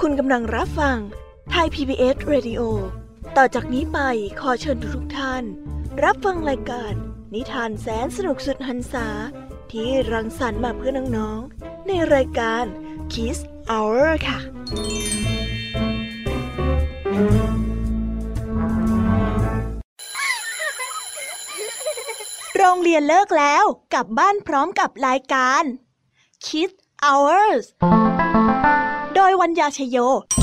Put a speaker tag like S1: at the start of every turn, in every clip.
S1: คุณกำลังรับฟังไทย PBS Radio ต่อจากนี้ไปขอเชิญทุกท่านรับฟังรายการนิทานแสนสนุกสุดหรรษาที่รังสรรค์มาเพื่อน้องๆในรายการ Kids Hour ค่ะโรงเรียนเลิกแล้วกลับบ้านพร้อมกับรายการ Kids Hours โดยวัญญาชโย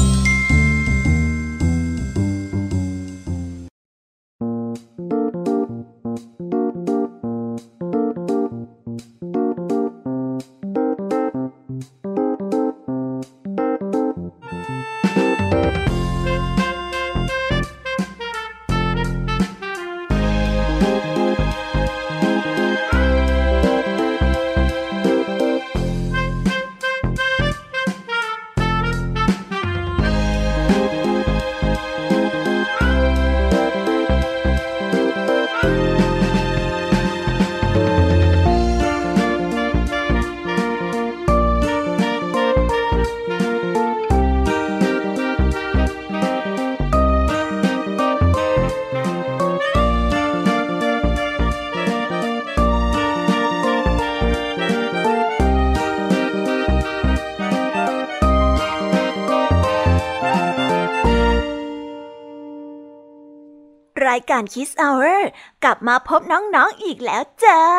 S1: รายการ Kids Hour กลับมาพบน้องๆอีกแล้วจ้า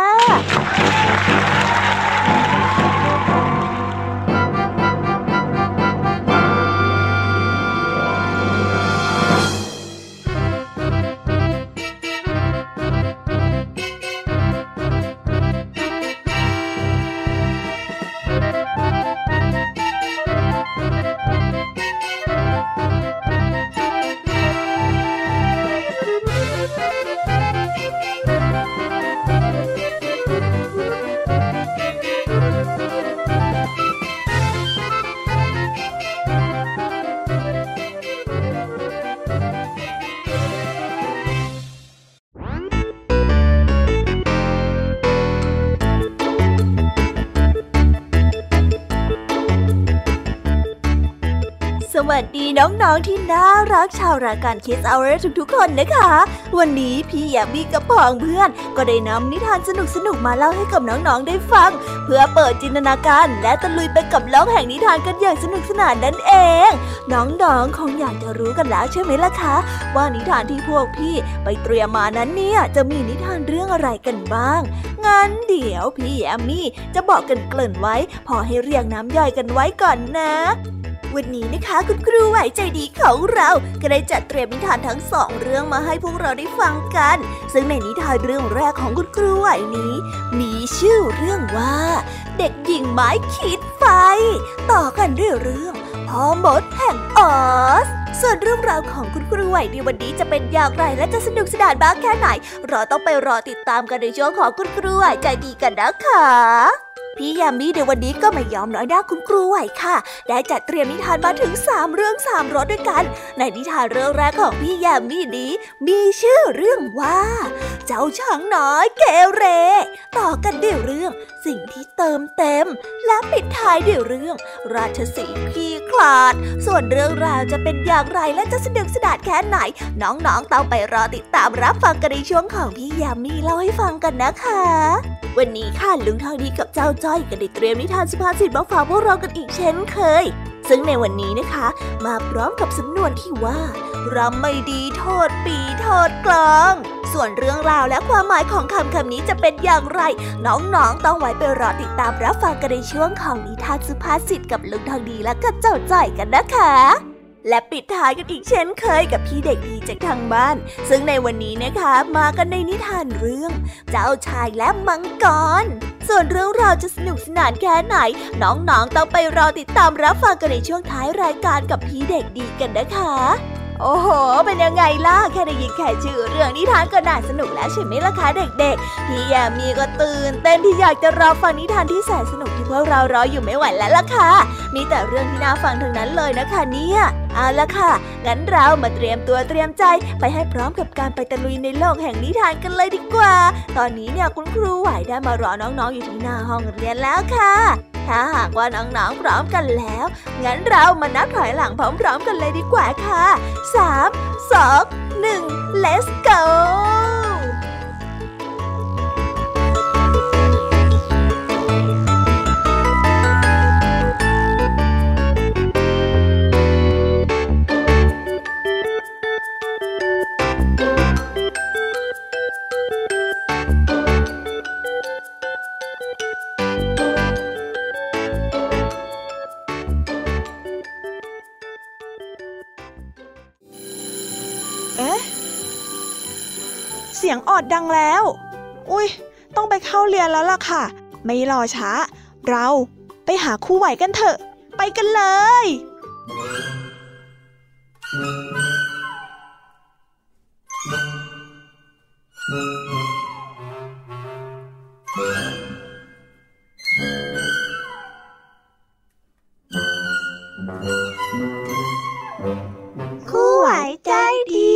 S1: สวัสดีน้องๆที่น่ารักชาวรายการ Kids Hour ทุกๆคนนะคะวันนี้พี่แยมมี่กับพ้องเพื่อนก็ได้นำนิทานสนุกๆมาเล่าให้กับน้องๆได้ฟังเพื่อเปิดจินตนาการและตะลุยไปกับโลกแห่งนิทานกันอย่างสนุกสนานนั่นเองน้องๆคงอยากจะรู้กันแล้วใช่ไหมล่ะคะว่านิทานที่พวกพี่ไปเตรียมมานั้นเนี่ยจะมีนิทานเรื่องอะไรกันบ้างงั้นเดี๋ยวพี่แยมมี่จะบอกกันเกริ่นไว้พอให้เรียงน้ำย่อยกันไว้ก่อนนะวันนี้นะคะคุณครูไหวใจดีของเราก็ได้จัดเตรียมนิทานทั้งสองเรื่องมาให้พวกเราได้ฟังกันซึ่งในนิทานเรื่องแรกของคุณครูไหวนี้มีชื่อเรื่องว่าเด็กหญิงไม้ขีดไฟต่อกันด้วยเรื่องพ่อมดแห่งออสส่วนเรื่องราวของคุณครูไหวในวันนี้จะเป็นอย่างไรและจะสนุกสนานบ้างแค่ไหนเราต้องไปรอติดตามกันในช่วงของคุณครูไหวใจดีกันนะคะพี่ยามีในวันนี้ก็ไม่ยอมน้อยหน้าคุณครูไหวค่ะได้จัดเตรียมนิทานมาถึง3เรื่อง3รสด้วยกันในนิทานเรื่องแรกของพี่ยามีนี้มีชื่อเรื่องว่าเจ้าช้างน้อยเกเรต่อกันด้วยเรื่องสิ่งที่เติมเต็มและปิดท้ายด้วยเรื่องราชสีห์ขี้ขลาดส่วนเรื่องราวจะเป็นอย่างไรและจะสนุกสนานแค่ไหนน้องๆต้องไปรอติดตามรับฟังกันในช่วงของพี่ยามีเล่าให้ฟังกันนะคะวันนี้ค่ะลุงทองดีกับเจ้าจ้อยก็ได้เตรียมนิทานสุภาษิตมาฝากพวกเรากันอีกเช่นเคยซึ่งในวันนี้นะคะมาพร้อมกับสำนวนที่ว่ารำไม่ดีโทษปีโทษกลองส่วนเรื่องราวและความหมายของคำนี้จะเป็นอย่างไรน้องๆต้องไว้ไปรอติดตามรับฟังกันในช่วงของนิทานสุภาษิตกับลุงทองดีและก็เจ้าจ้อยกันนะคะและปิดท้ายกันอีกเช่นเคยกับพี่เด็กดีจากทางบ้านซึ่งในวันนี้นะคะมากันในนิทานเรื่องเจ้าชายและมังกรส่วนเรื่องราวจะสนุกสนานแค่ไหนน้องๆต้องไปรอติดตามรับฟังกันในช่วงท้ายรายการกับพี่เด็กดีกันนะคะโอ้โหเป็นยังไงล่ะแค่ได้ยินแค่ชื่อเรื่องนิทานก็น่าสนุกแล้วใช่ไหมล่ะคะเด็กๆพี่แยมมี่ก็ตื่นเต้นที่อยากจะรอฟังนิทานที่แสนสนุกที่พวกเรารออยู่ไม่ไหวแล้วล่ะค่ะมีแต่เรื่องที่น่าฟังทั้งนั้นเลยนะคะเนี่ยเอาล่ะค่ะงั้นเรามาเตรียมตัวเตรียมใจไปให้พร้อมกับการไปตะลุยในโลกแห่งนิทานกันเลยดีกว่าตอนนี้เนี่ยคุณครูไหวได้มารอน้องๆอยู่ที่หน้าห้องเรียนแล้วค่ะถ้ถ้าหากว่าน้องๆพร้อมกันแล้วงั้นเรามานับถอยหลังพร้อมๆกันเลยดีกว่าค่ะ3 2 1 let's go
S2: เสียงออดดังแล้วอุ๊ยต้องไปเข้าเรียนแล้วล่ะค่ะไม่รอช้าเราไปหาครูไหวกันเถอะไปกันเลย
S1: ครูไหวใจดี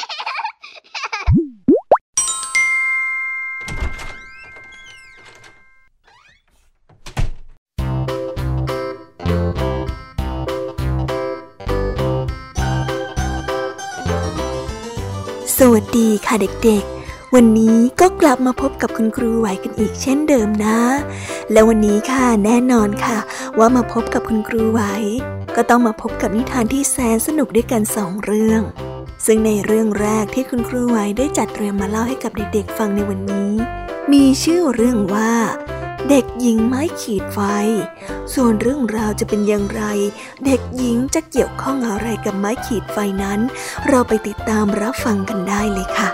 S1: สวัสดีค่ะเด็กๆวันนี้ก็กลับมาพบกับคุณครูไหวกันอีกเช่นเดิมนะและวันนี้ค่ะแน่นอนค่ะว่ามาพบกับคุณครูไหวก็ต้องมาพบกับนิทานที่แสนสนุกด้วยกัน2เรื่องซึ่งในเรื่องแรกที่คุณครูไหวได้จัดเตรียมมาเล่าให้กับเด็กๆฟังในวันนี้มีชื่อเรื่องว่าเด็กหญิงไม้ขีดไฟส่วนเรื่องราวจะเป็นอย่างไรเด็กหญิงจะเกี่ยวข้องอะไรกับไม้ขีดไฟนั้นเราไปติดตามรับฟังกันได้เลยค่ะ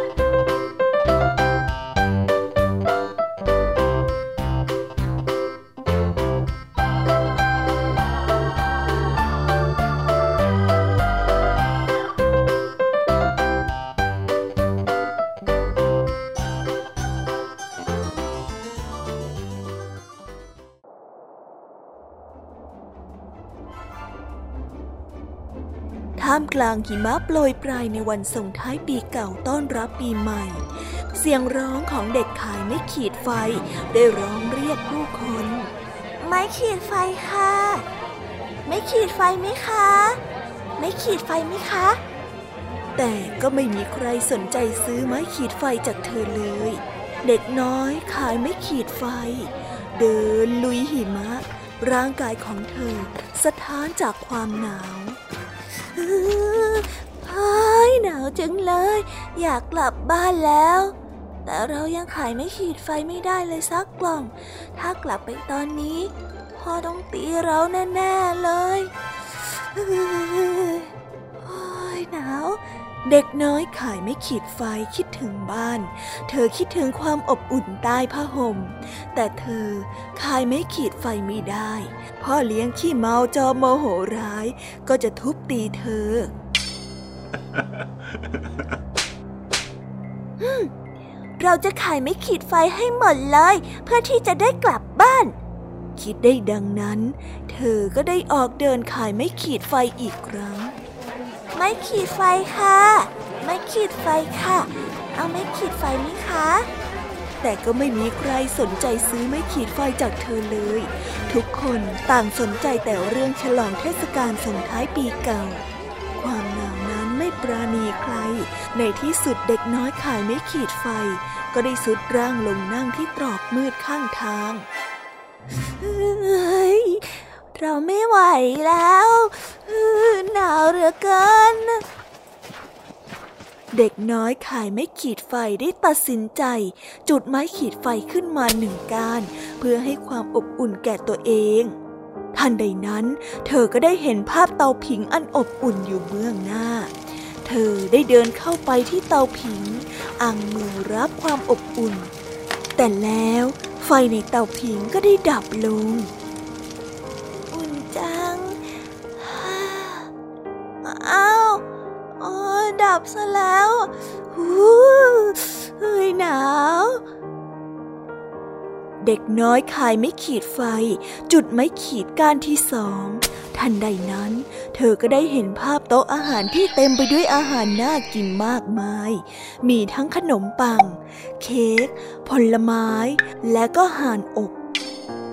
S1: ท่ามกลางหิมะโปรยปลายในวันส่งท้ายปีเก่าต้อนรับปีใหม่เสียงร้องของเด็กขายไม้ขีดไฟได้ร้องเรียกผู้คนไม้ขีดไฟค่ะไม้ขีดไฟไหมคะไม้ขีดไฟไหมคะแต่ก็ไม่มีใครสนใจซื้อไม้ขีดไฟจากเธอเลยเด็กน้อยขายไม้ขีดไฟเดินลุยหิมะร่างกายของเธอสะท้านจากความหนาวหนาวจังเลยอยากกลับบ้านแล้วแต่เรายังขายไม่ขีดไฟไม่ได้เลยสักกล่องถ้ากลับไปตอนนี้พ่อต้องตีเราแน่ๆเลยหนาวเด็กน้อยขายไม่ขีดไฟคิดถึงบ้านเธอคิดถึงความอบอุ่นใต้ผ้าห่มแต่เธอขายไม่ขีดไฟไม่ได้พ่อเลี้ยงขี้เมาจอมโมโหร้ายก็จะทุบตีเธอ เราจะขายไม่ขีดไฟให้หมดเลยเพื่อที่จะได้กลับบ้านคิดได้ดังนั้นเธอก็ได้ออกเดินขายไม่ขีดไฟอีกครั้งไม้ขีดไฟค่ะไม้ขีดไฟค่ะเอาไม้ขีดไฟไหมคะแต่ก็ไม่มีใครสนใจซื้อไม้ขีดไฟจากเธอเลยทุกคนต่างสนใจแต่เรื่องฉลองเทศกาลส่งท้ายปีเก่าความหนาวนั้นไม่ปราณีใครในที่สุดเด็กน้อยขายไม้ขีดไฟก็ได้สุดร่างลงนั่งที่ตรอกมืดข้างทางเราไม่ไหวแล้วหนาวเหลือเกินเด็กน้อยขายไม้ขีดไฟได้ตัดสินใจจุดไม้ขีดไฟขึ้นมา1 ก้านเพื่อให้ความอบอุ่นแก่ตัวเองทันใดนั้นเธอก็ได้เห็นภาพเตาผิงอันอบอุ่นอยู่เบื้องหน้าเธอได้เดินเข้าไปที่เตาผิงอังมือรับความอบอุ่นแต่แล้วไฟในเตาผิงก็ได้ดับลงอุ่นจังอ้าวดับซะแล้วหนาวเด็กน้อยขายไม้ขีดไฟจุดไม้ขีดก้านที่2ทันใดนั้นเธอก็ได้เห็นภาพโต๊ะอาหารที่เต็มไปด้วยอาหารน่ากินมากมายมีทั้งขนมปังเค้กผลไม้และก็ห่านอบ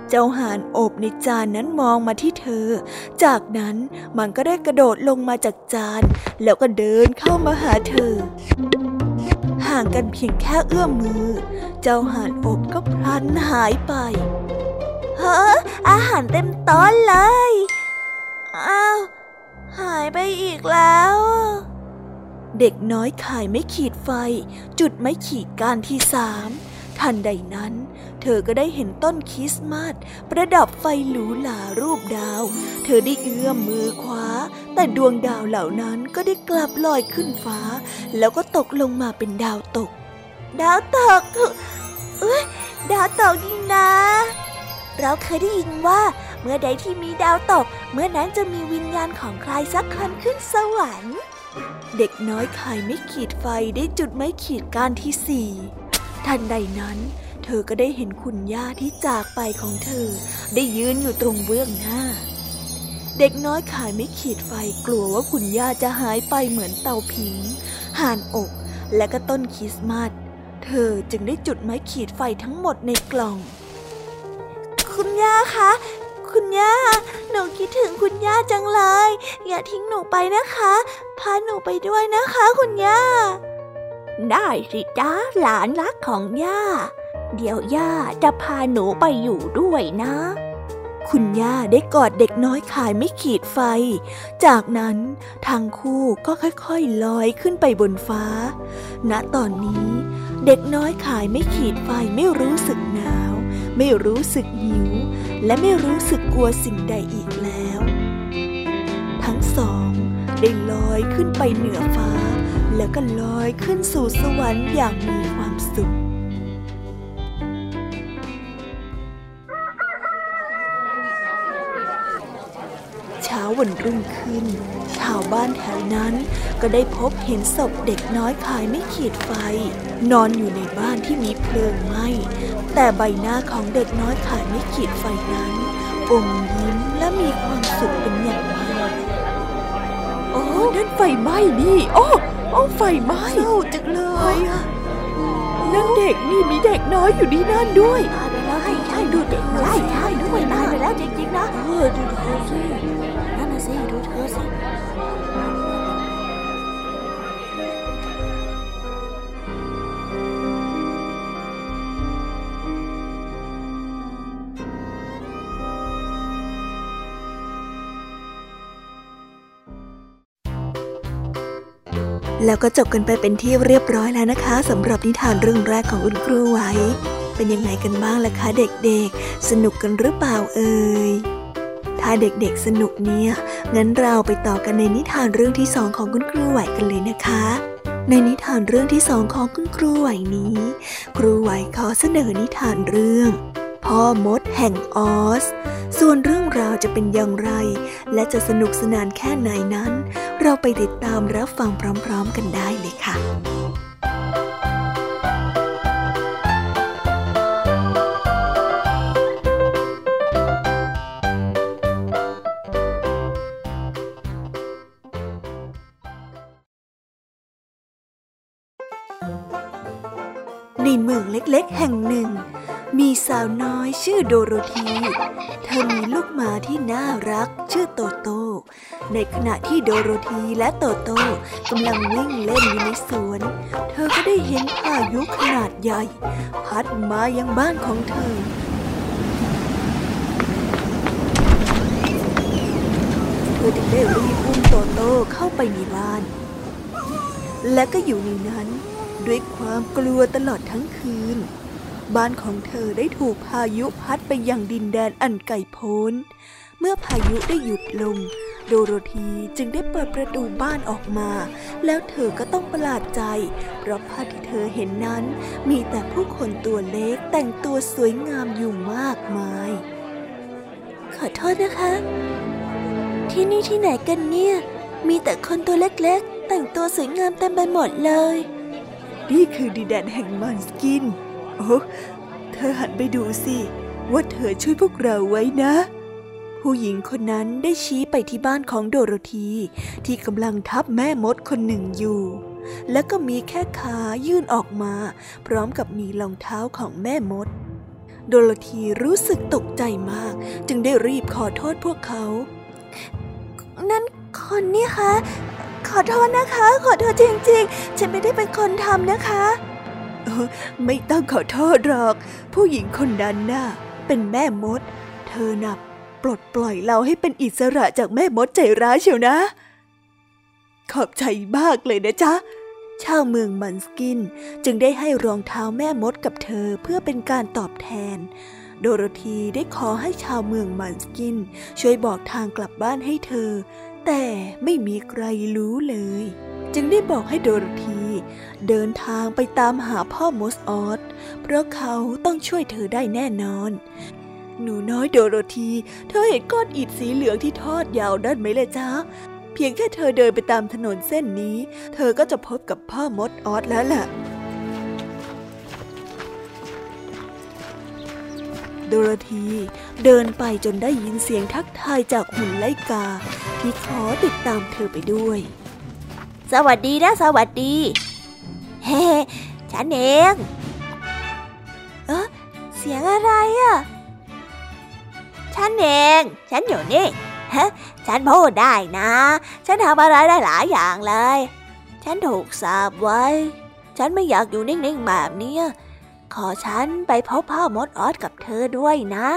S1: เจ้าห่านอบในจานนั้นมองมาที่เธอจากนั้นมันก็ได้กระโดดลงมาจากจานแล้วก็เดินเข้ามาหาเธอห่างกันเพียงแค่เอื้อมมือเจ้าห่านอบก็พลันหายไปเฮ้ออาหารเต็มโต๊ะเลยอ้าวหายไปอีกแล้วเด็กน้อยข่ายไม้ขีดไฟจุดไม้ขีดก้านที่3ทันใดนั้นเธอก็ได้เห็นต้นคริสต์มาสประดับไฟหรูหรารูปดาวเธอได้เอื้อมมือคว้าแต่ดวงดาวเหล่านั้นก็ได้กลับลอยขึ้นฟ้าแล้วก็ตกลงมาเป็นดาวตกดาวตกดาวตกนี่นะเราเคยได้ยินว่าเมื่อใดที่มีดาวตกเมื่อนั้นจะมีวิญญาณของใครสักคนขึ้นสวรรค์เด็กน้อยข่ายไม้ขีดไฟได้จุดไม้ขีดก้านที่4ทันใดนั้นเธอก็ได้เห็นคุณย่าที่จากไปของเธอได้ยืนอยู่ตรงเบื้องหน้าเด็กน้อยข่ายไม้ขีดไฟกลัวว่าคุณย่าจะหายไปเหมือนเตาผิงห่านอกและก็ต้นคริสต์มาสเธอจึงได้จุดไม้ขีดไฟทั้งหมดในกล่องคุณย่าคะคุณย่าหนูคิดถึงคุณย่าจังเลยอย่าทิ้งหนูไปนะคะพาหนูไปด้วยนะคะคุณย่าได้สิจ้าหลานรักของย่าเดี๋ยวย่าจะพาหนูไปอยู่ด้วยนะคุณย่าได้กอดเด็กน้อยข่ายไม้ขีดไฟจากนั้นทั้งคู่ก็ค่อยๆลอยขึ้นไปบนฟ้าณตอนนี้เด็กน้อยข่ายไม้ขีดไฟไม่รู้สึกหนาวไม่รู้สึกหิวและไม่รู้สึกกลัวสิ่งใดอีกแล้วทั้งสองได้ลอยขึ้นไปเหนือฟ้าแล้วก็ลอยขึ้นสู่สวรรค์อย่างมีความสุขเช้าวันรุ่งขึ้นชาวบ้านแถวนั้นก็ได้พบเห็นศพเด็กน้อยข่ายไม้ขีดไฟนอนอยู่ในบ้านที่มีเพลิงไหม้แต่ใบหน้าของเด็กน้อยข่ายไม้ขีดไฟนั้นอมยิ้มและมีความสุขเป็นอย่างมากโอ้นั่นไฟไหม้นี่โอ้ไฟไหม้เศร้าจังเลยอะนั่นเด็กนี่มีเด็กน้อยอยู่ที่นั่นด้วยตายไปแล้วใช่ดูเด็กน้อยใช่ด้วยตายไปแล้วจริงๆนะดูเธอสินั่นน่ะสิดูเธอสิแล้วก็จบกันไปเป็นที่เรียบร้อยแล้วนะคะสำหรับนิทานเรื่องแรกของคุณครูไหวเป็นยังไงกันบ้างล่ะคะเด็กๆสนุกกันหรือเปล่าเอ่ยถ้าเด็กๆสนุกเนี่ยงั้นเราไปต่อกันในนิทานเรื่องที่2ของคุณครูไหวกันเลยนะคะในนิทานเรื่องที่2ของคุณครูไหวนี้ครูไหวขอเสนอนิทานเรื่องพ่อมดแห่งออสส่วนเรื่องราวจะเป็นอย่างไรและจะสนุกสนานแค่ไหนนั้นเราไปติดตามรับฟังพร้อมๆกันได้เลยค่ะในเมืองเล็กๆแห่งหนึ่งมีสาวน้อยชื่อโดโรธีเธอมีลูกหมาที่น่ารักชื่อโตโต้ในขณะที่โดโรธีและโตโต้กำลังวิ่งเล่นอยู่ในสวนเธอก็ได้เห็นพายุขนาดใหญ่พัดมายังบ้านของเธอจึงได้รีบอุ้มโตโต้เข้าไปในบ้านและก็อยู่ในนั้นด้วยความกลัวตลอดทั้งคืนบ้านของเธอได้ถูกพายุพัดไปยังดินแดนอันไกลโพ้นเมื่อพายุได้หยุดลงโดโรธีจึงได้เปิดประตูบ้านออกมาแล้วเธอก็ต้องประหลาดใจเพราะภาพที่เธอเห็นนั้นมีแต่ผู้คนตัวเล็กแต่งตัวสวยงามอยู่มากมายขอโทษนะคะที่นี่ที่ไหนกันเนี่ยมีแต่คนตัวเล็กๆแต่งตัวสวยงามเต็มไปหมดเลยนี่คือดินแดนแห่งมันสกินโอ้เธอหันไปดูสิว่าเธอช่วยพวกเราไว้นะผู้หญิงคนนั้นได้ชี้ไปที่บ้านของโดโรธีที่กำลังทับแม่มดคนหนึ่งอยู่และก็มีแค่ขายื่นออกมาพร้อมกับมีรองเท้าของแม่มดโดโรธีรู้สึกตกใจมากจึงได้รีบขอโทษพวกเขานั่นคนนี่คะขอโทษนะคะขอโทษจริงๆฉันไม่ได้เป็นคนทำนะคะไม่ต้องขอโทษหรอกผู้หญิงคนนั้นน่ะเป็นแม่มดเธอน่ะปลดปล่อยเราให้เป็นอิสระจากแม่มดใจร้ายเชียวนะขอบใจมากเลยนะจ๊ะชาวเมืองมันสกินจึงได้ให้รองเท้าแม่มดกับเธอเพื่อเป็นการตอบแทนโดโรธีได้ขอให้ชาวเมืองมันสกินช่วยบอกทางกลับบ้านให้เธอแต่ไม่มีใครรู้เลยจึงได้บอกให้โดโรธีเดินทางไปตามหาพ่อมดออสเพราะเขาต้องช่วยเธอได้แน่นอนหนูน้อยโดโรธีเธอเห็นก้อนอิฐสีเหลืองที่ทอดยาวนั่นไหมล่ะจ๊ะเพียงแค่เธอเดินไปตามถนนเส้นนี้เธอก็จะพบกับพ่อมดออสแล้วล่ะโดโรธีเดินไปจนได้ยินเสียงทักทายจากหุ่นไลกาที่ขอติดตามเธอไปด้วยสวัสดีนะสวัสดีเฮ้ฉันเองเสียงอะไรอ่ะฉันเองฉันอยู่นี่ฮะฉันพูดได้นะฉันทำอะไรได้หลายอย่างเลยฉันถูกสาปไว้ฉันไม่อยากอยู่นิ่งๆแบบนี้ขอฉันไปพบพ่อมดออสกับเธอด้วยนะ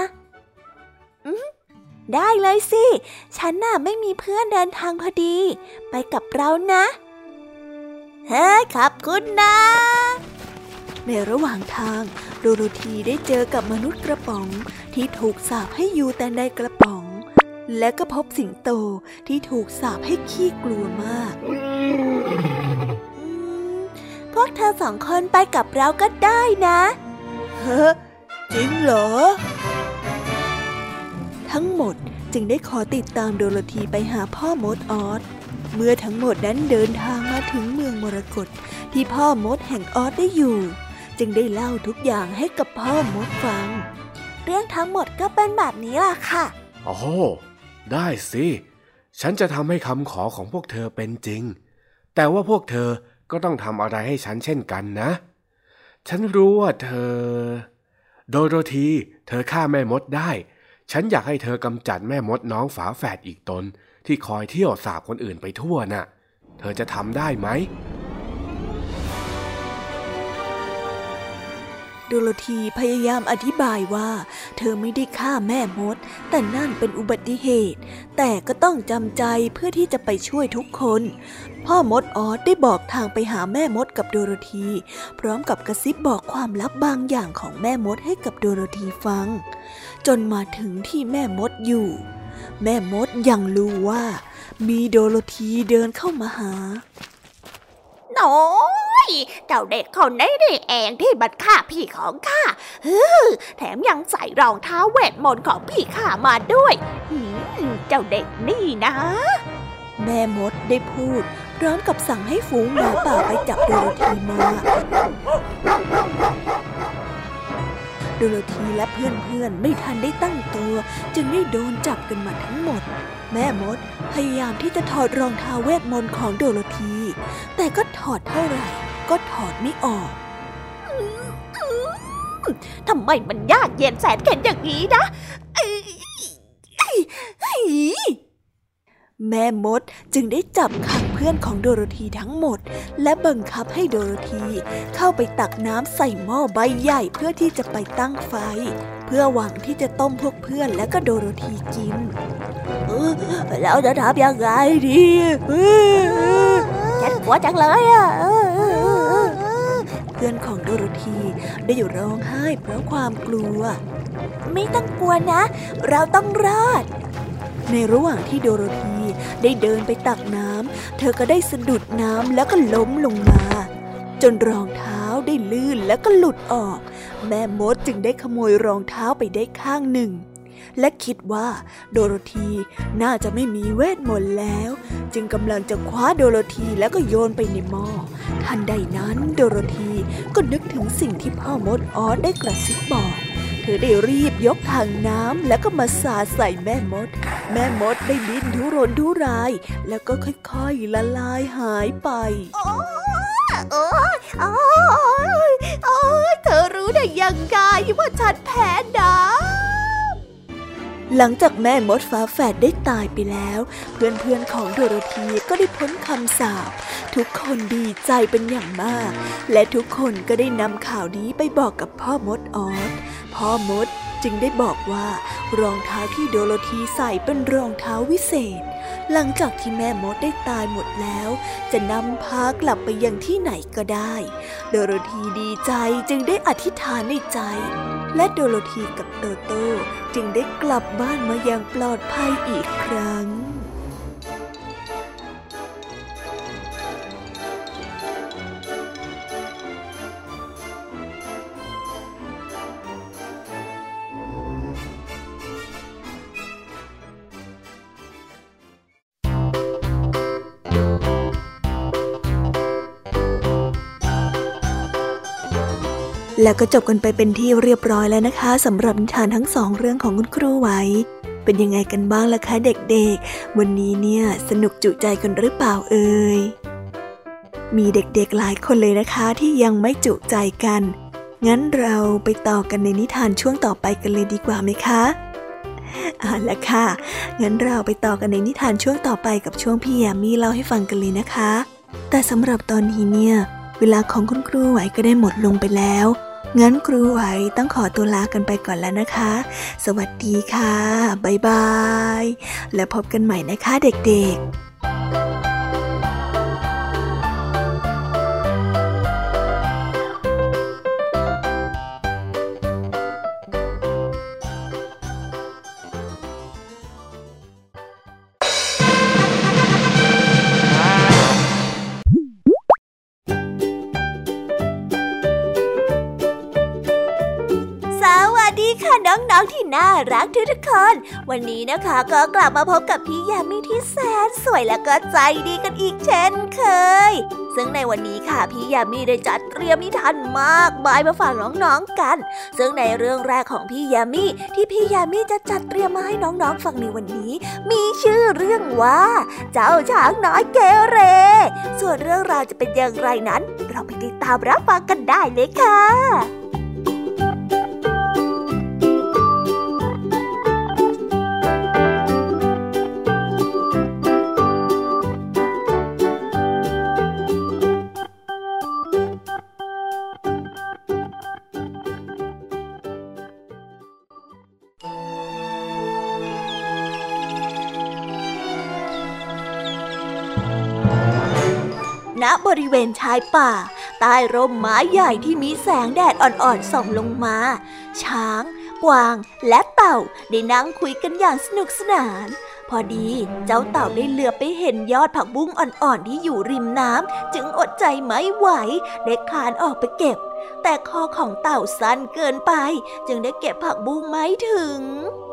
S1: ได้เลยสิฉันน่ะไม่มีเพื่อนเดินทางพอดีไปกับเรานะเฮ้ยขอบคุณนะในระหว่างทางโดโรธีได้เจอกับมนุษย์กระป๋องที่ถูกสาปให้อยู่แต่ในกระป๋องและก็พบสิงโตที่ถูกสาปให้ขี้กลัวมากพวกเธอสองคนไปกับเราก็ได้นะเฮ้จริงเหรอทั้งหมดจึงได้ขอติดตามโดโรธีไปหาพ่อมดออสเมื่อทั้งหมดนั้นเดินทางมาถึงเมืองมรกตที่พ่อมดแห่งออสได้อยู่จึงได้เล่าทุกอย่างให้กับพ่อมดฟังเรื่องทั้งหมดก็เป็นแบบนี้ล่ะค่ะ
S3: โอ้ได้สิฉันจะทำให้คำขอของพวกเธอเป็นจริงแต่ว่าพวกเธอก็ต้องทำอะไรให้ฉันเช่นกันนะฉันรู้ว่าโดโรธีเธอฆ่าแม่มดได้ฉันอยากให้เธอกำจัดแม่มดน้องฝาแฝดอีกตนที่คอยเที่ยวสาปคนอื่นไปทั่วน่ะเธอจะทำได้ไหม
S1: โดโรธีพยายามอธิบายว่าเธอไม่ได้ฆ่าแม่มดแต่นั่นเป็นอุบัติเหตุแต่ก็ต้องจำใจเพื่อที่จะไปช่วยทุกคนพ่อมดออสได้บอกทางไปหาแม่มดกับโดโรธีพร้อมกับกระซิบบอกความลับบางอย่างของแม่มดให้กับโดโรธีฟังจนมาถึงที่แม่มดอยู่แม่มดยังรู้ว่ามีโดโรธีเดินเข้ามาหา
S4: น้อยเจ้าเด็กคนนี้นี่เองที่บัดฆ่าพี่ของข้าแถมยังใส่รองเท้าเวทมนต์ของพี่ข้ามาด้วยเจ้าเด็กนี่นะ
S1: แม่มดได้พูดพร้อมกับสั่งให้ฝูงหมาป่าไปจับโดโรธีมาโดโรธีและเพื่อนๆไม่ทันได้ตั้งตัวจึงได้โดนจับกันมาทั้งหมดแม่มดพยายามที่จะถอดรองเท้าเวทมนต์ของโดโรธีแต่ก็ถอดเท่าไหร่ก็ถอดไม่ออก
S4: ทำไมมันยากเย็นแสนเข็ญอย่างนี้นะ
S1: แม่มดจึงได้จับขังเพื่อนของโดโรธีทั้งหมดและบังคับให้โดโรธีเข้าไปตักน้ำใส่หม้อใบใหญ่เพื่อที่จะไปตั้งไฟเพื่อหวังที่จะต้มพวกเพื่อนและก็โดโรธีกินแล้วจะทำยังไงดี
S4: ฉันกลัวจังเลยอ่ะ
S1: เพื่อนของโดโรธีได้ร้องไห้เพราะความกลัวไม่ต้องกลัวนะเราต้องรอดในระหว่างที่โดโรธีได้เดินไปตักน้ำเธอก็ได้สะดุดน้ำแล้วก็ล้มลงมาจนรองเท้าได้ลื่นแล้วก็หลุดออกแม่มดจึงได้ขโมยรองเท้าไปได้ข้างหนึ่งและคิดว่าโดโรธีน่าจะไม่มีเวทมนต์แล้วจึงกำลังจะคว้าโดโรธีแล้วก็โยนไปในหม้อทันใดนั้นโดโรธีก็นึกถึงสิ่งที่พ่อมดออสได้กระซิบบอกเธอได้รีบยกถังน้ำแล้วก็มาสาดใส่แม่มดได้ดิ้นทุรนทุรายแล้วก็ค่อยๆละลายหายไป
S4: เธอรู้ได้
S1: ได้ยังไงว่าฉันแพ้น้ำหลังจากแม่มดฝาแฝดได้ตายไปแล้วเพื่อนๆของโดโรธีก็ได้พ้นคำสาปทุกคนดีใจเป็นอย่างมากและทุกคนก็ได้นำข่าวนี้ไปบอกกับพ่อมดออสพ่อมดจึงได้บอกว่ารองเท้าที่โดโรธีใส่เป็นรองเท้าวิเศษหลังจากที่แม่มดได้ตายหมดแล้วจะนำพากลับไปยังที่ไหนก็ได้โดโรธีดีใจจึงได้อธิษฐานในใจและโดโรธีกับโตโต้จึงได้กลับบ้านมาอย่างปลอดภัยอีกครั้งแล้วก็จบกันไปเป็นที่เรียบร้อยแล้วนะคะสำหรับนิทานทั้ง2เรื่องของคุณครูไหวเป็นยังไงกันบ้างล่ะคะเด็กๆวันนี้เนี่ยสนุกจุใจกันหรือเปล่าเอ่ยมีเด็กๆหลายคนเลยนะคะที่ยังไม่จุใจกันงั้นเราไปต่อกันในนิทานช่วงต่อไปกันเลยดีกว่าไหมคะเอาล่ะค่ะงั้นเราไปต่อกันในนิทานช่วงต่อไปกับช่วงพี่แยมมี่เล่าให้ฟังกันเลยนะคะแต่สำหรับตอนนี้เนี่ยเวลาของคุณครูไหวก็ได้หมดลงไปแล้วงั้นครูไหวต้องขอตัวลากันไปก่อนแล้วนะคะสวัสดีค่ะบ๊ายบายแล้วพบกันใหม่นะคะเด็กๆน้องๆที่น่ารักทุกคนวันนี้นะคะก็กลับมาพบกับพี่ยามีที่แสนสวยและก็ใจดีกันอีกเช่นเคยซึ่งในวันนี้ค่ะพี่ยามีได้จัดเตรียมนิทานมากมายมาฝากน้องๆกันซึ่งในเรื่องแรกของพี่ยามีที่พี่ยามีจะจัดเตรียมมาให้น้องๆฟังในวันนี้มีชื่อเรื่องว่าเจ้าช้างน้อยเกเรส่วนเรื่องราวจะเป็นอย่างไรนั้นเราไปติดตามรับฟังกันได้เลยค่ะณบริเวณชายป่าใต้ร่มไม้ใหญ่ที่มีแสงแดดอ่อนๆส่องลงมาช้างกวางและเต่าได้นั่งคุยกันอย่างสนุกสนานพอดีเจ้าเต่าได้เหลือบไปเห็นยอดผักบุ้งอ่อนๆที่อยู่ริมน้ำจึงอดใจไม่ไหวได้คลานออกไปเก็บแต่คอของเต่าสั้นเกินไปจึงได้เก็บผักบุ้งไม่ถึง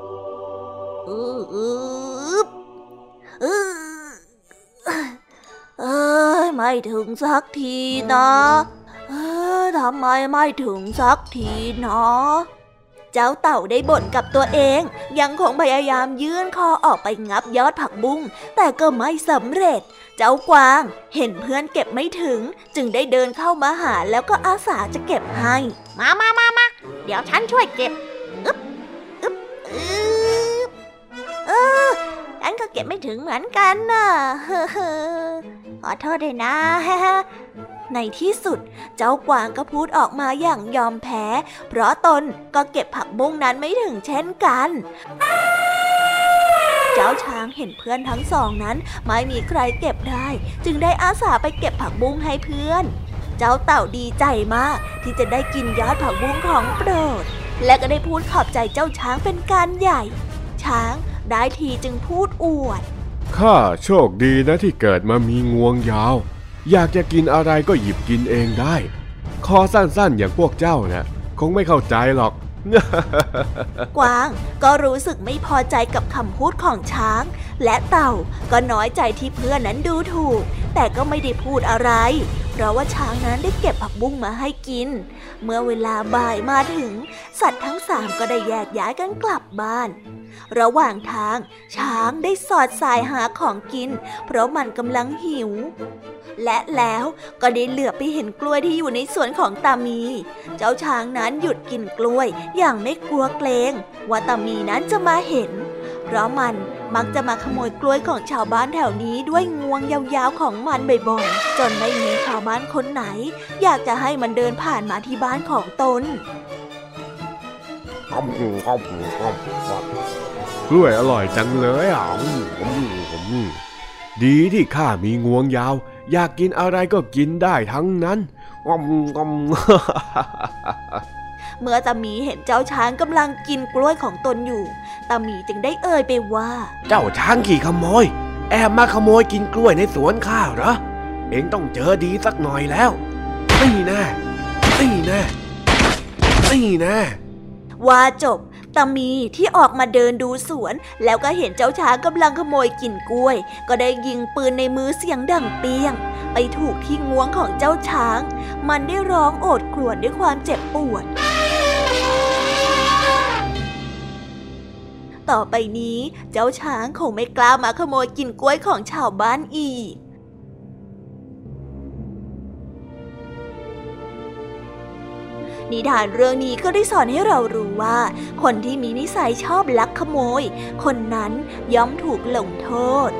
S1: ไม่ถึงสักทีนะทำไมไม่ถึงสักทีนะเจ้าเต่าได้บ่นกับตัวเองยังคงพยายามยื่นคอออกไปงับยอดผักบุ้งแต่ก็ไม่สำเร็จเจ้ากวางเห็นเพื่อนเก็บไม่ถึงจึงได้เดินเข้ามาหาแล้วก็อาสาจะเก็บให้มาเดี๋ยวฉันช่วยเก็บฉันก็เก็บไม่ถึงเหมือนกันน่ะขอโทษด้วยนะในที่สุดเจ้ากวางก็พูดออกมาอย่างยอมแพ้เพราะตนก็เก็บผักบุ้งนั้นไม่ถึงเช่นกันเจ้าช้างเห็นเพื่อนทั้งสองนั้นไม่มีใครเก็บได้จึงได้อาสาไปเก็บผักบุ้งให้เพื่อนเจ้าเต่าดีใจมากที่จะได้กินยอดผักบุ้งของโปรดและก็ได้พูดขอบใจเจ้าช้างเป็นการใหญ่ช้างได้ทีจึงพูดอวด
S3: ข้าโชคดีนะที่เกิดมามีงวงยาวอยากจะกินอะไรก็หยิบกินเองได้คอสั้นๆอย่างพวกเจ้าน่ะคงไม่เข้าใจหรอก
S1: กวางก็รู้สึกไม่พอใจกับคำพูดของช้างและเต่าก็น้อยใจที่เพื่อนนั้นดูถูกแต่ก็ไม่ได้พูดอะไรเพราะว่าช้างนั้นได้เก็บผักบุ้งมาให้กินเมื่อเวลาบ่ายมาถึงสัตว์ทั้ง3ก็ได้แยกย้ายกันกลับบ้านระหว่างทางช้างได้สอดสายหาของกินเพราะมันกำลังหิวและแล้วก็ได้เหลือบไปเห็นกล้วยที่อยู่ในสวนของตามีเจ้าช้างนั้นหยุดกินกล้วยอย่างไม่กลัวเกรงว่าตามีนั้นจะมาเห็นเพราะมันมักจะมาขโมยกล้วยของชาวบ้านแถวนี้ด้วยงวงยาวๆของมันบ่อยๆจนไม่มีชาวบ้านคนไหนอยากจะให้มันเดินผ่านมาที่บ้านของตน
S3: กล้วยอร่อยจังเลยอ่ะดีที่ข้ามีงวงยาวอยากกินอะไรก็กินได้ทั้งนั้น
S1: เมื่อตามีเห็นเจ้าช้างกำลังกินกล้วยของตนอยู่ตามีจึงได้เอ่ยไปว่า
S3: เจ้าช้างขี้ขโมยแอบมาขโมยกินกล้วยในสวนข้าเหรอเอ็งต้องเจอดีสักหน่อยแล้วนี่นะว่าจบ
S1: ตามีที่ออกมาเดินดูสวนแล้วก็เห็นเจ้าช้างกำลังขโมยกินกล้วยก็ได้ยิงปืนในมือเสียงดังเปี้ยงไปถูกที่งวงของเจ้าช้างมันได้ร้องโอดครวญด้วยความเจ็บปวดต่อไปนี้เจ้าช้างคงไม่กล้ามาขโมยกินกล้วยของชาวบ้านอีกนิทานเรื่องนี้ก็ได้สอนให้เรารู้ว่าคนที่มีนิสัยชอบลักขโมยคนนั้นย่อมถูกลงโทษ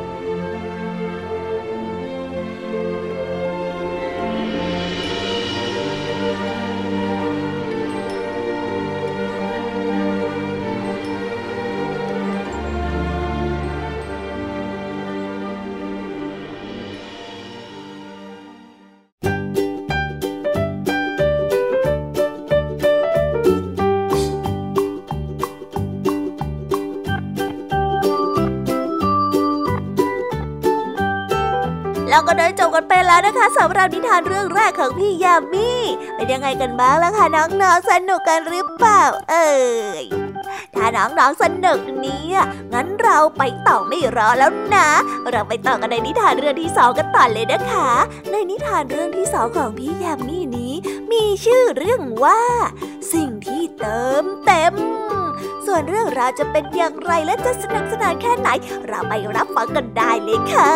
S1: เราก็ได้จบกันไปแล้วนะคะสำหรับนิทานเรื่องแรกของพี่ยามีเป็นยังไงกันบ้างล่ะคะน้องๆสนุกกันหรือเปล่าถ้าน้องๆสนุกเนี่ยงั้นเราไปต่อไม่รอแล้วนะเราไปต่อกันในนิทานเรื่องที่2กันต่อเลยนะคะในนิทานเรื่องที่2ของพี่ยามีนี้มีชื่อเรื่องว่าสิ่งที่เติมเต็มส่วนเรื่องราวจะเป็นอย่างไรและจะสนุกสนานแค่ไหนเราไปรับฟังกันได้เลยค่ะ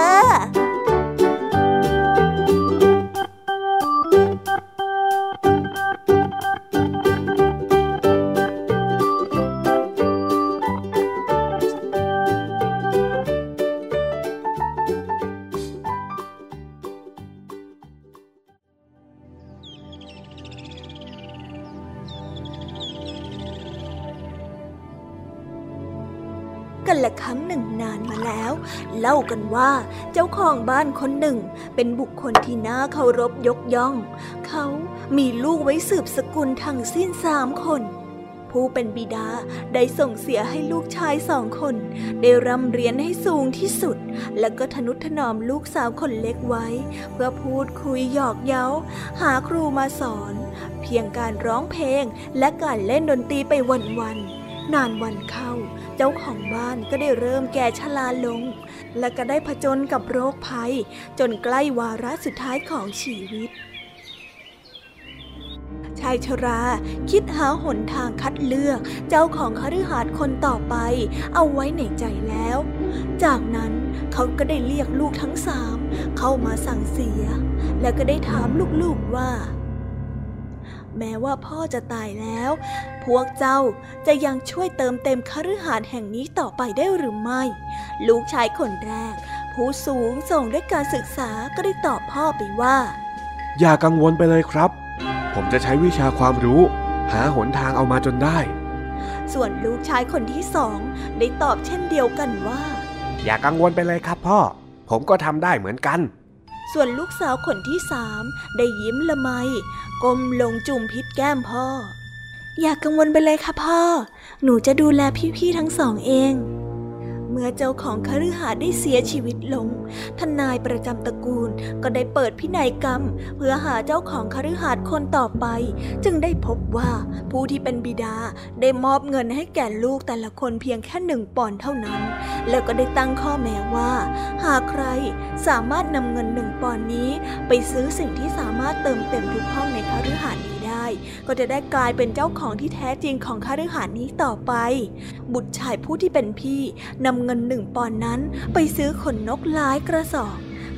S1: กันละครั้งหนึ่งนานมาแล้วเล่ากันว่าเจ้าของบ้านคนหนึ่งเป็นบุคคลที่น่าเคารพยกย่องเขามีลูกไว้สืบสกุลทั้งสิ้น3 คนผู้เป็นบิดาได้ส่งเสียให้ลูกชาย2 คนได้ร่ำเรียนให้สูงที่สุดแล้วก็ทนุถนอมลูกสาวคนเล็กไว้เพื่อพูดคุยหยอกเย้าหาครูมาสอนเพียงการร้องเพลงและการเล่นดนตรีไปวันๆนานวันเข้าเจ้าของบ้านก็ได้เริ่มแก่ชราลงและก็ได้ผจญกับโรคภัยจนใกล้วาระสุดท้ายของชีวิตชายชราคิดหาหนทางคัดเลือกเจ้าของคฤหาสน์คนต่อไปเอาไว้ในใจแล้วจากนั้นเขาก็ได้เรียกลูกทั้ง3เข้ามาสั่งเสียแล้วก็ได้ถามลูกๆว่าแม้ว่าพ่อจะตายแล้วพวกเจ้าจะยังช่วยเติมเต็มคฤหาสน์แห่งนี้ต่อไปได้หรือไม่ลูกชายคนแรกผู้สูงส่งด้วยการศึกษาก็ได้ตอบพ่อไปว่า
S3: อย่ากังวลไปเลยครับผมจะใช้วิชาความรู้หาหนทางเอามาจนได้
S1: ส่วนลูกชายคนที่2ได้ตอบเช่นเดียวกันว่า
S3: อย่ากังวลไปเลยครับพ่อผมก็ทำได้เหมือนกัน
S1: ส่วนลูกสาวคนที่3ได้ยิ้มละไมก้มลงจุ่มพิษแก้มพ่ออย่ากังวลไปเลยค่ะพ่อหนูจะดูแลพี่ๆทั้ง2เองเมื่อเจ้าของคฤหาสน์ได้เสียชีวิตลงทนายประจำตระกูลก็ได้เปิดพินัยกรรมเพื่อหาเจ้าของคฤหาสน์คนต่อไปจึงได้พบว่าผู้ที่เป็นบิดาได้มอบเงินให้แก่ลูกแต่ละคนเพียงแค่1 ปอนด์เท่านั้นแล้วก็ได้ตั้งข้อแม้ว่าหากใครสามารถนำเงิน1 ปอนด์นี้ไปซื้อสิ่งที่สามารถเติมเต็มทุกห้องในคฤหาสน์นี้ได้ก็จะได้กลายเป็นเจ้าของที่แท้จริงของคฤหาสน์นี้ต่อไปบุตรชายผู้ที่เป็นพี่นำเงิน1 ปอนด์นั้นไปซื้อขนนกหลายกระสอบ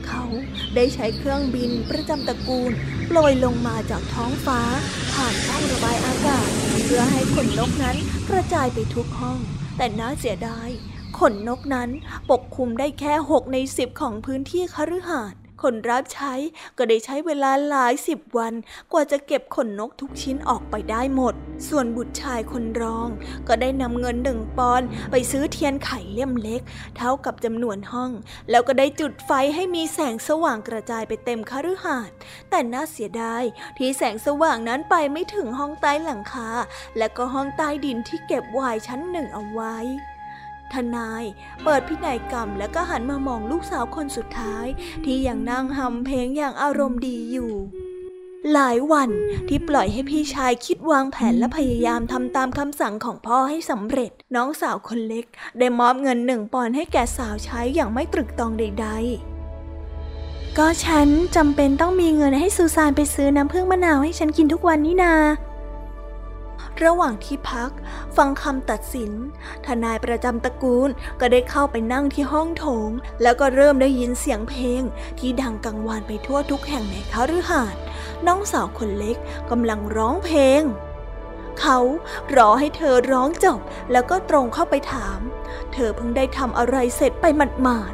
S1: เขาได้ใช้เครื่องบินประจำตระกูลโปรยลงมาจากท้องฟ้าผ่านช่องระบายอากาศเพื่อให้ขนนกนั้นกระจายไปทุกห้องแต่น่าเสียดายขนนกนั้นปกคลุมได้แค่6 ใน 10ของพื้นที่คฤหาสน์คนรับใช้ก็ได้ใช้เวลาหลาย10 วันกว่าจะเก็บขนนกทุกชิ้นออกไปได้หมดส่วนบุตรชายคนรองก็ได้นำเงิน1 ปอนด์ไปซื้อเทียนไขเล่มเล็กเท่ากับจำนวนห้องแล้วก็ได้จุดไฟให้มีแสงสว่างกระจายไปเต็มคฤหาสน์แต่น่าเสียดายที่แสงสว่างนั้นไปไม่ถึงห้องใต้หลังคาและก็ห้องใต้ดินที่เก็บไวน์ชั้น1เอาไว้ทนายเปิดพินัยกรรมแล้วก็หันมามองลูกสาวคนสุดท้ายที่ยังนั่งฮัมเพลงอย่างอารมณ์ดีอยู่หลายวันที่ปล่อยให้พี่ชายคิดวางแผนและพยายามทำตามคำสั่งของพ่อให้สำเร็จน้องสาวคนเล็กได้มอบเงิน1 ปอนด์ให้แก่สาวใช้อย่างไม่ตรึกตรองใดๆก็ฉันจำเป็นต้องมีเงินให้ซูซานไปซื้อน้ำผึ้งมะนาวให้ฉันกินทุกวันนี่นาระหว่างที่พักฟังคำตัดสินทนายประจำตระกูลก็ได้เข้าไปนั่งที่ห้องโถงแล้วก็เริ่มได้ยินเสียงเพลงที่ดังกังวานไปทั่วทุกแห่งในคฤหาสน์น้องสาวคนเล็กกำลังร้องเพลงเขารอให้เธอร้องจบแล้วก็ตรงเข้าไปถามเธอเพิ่งได้ทำอะไรเสร็จไปหมาด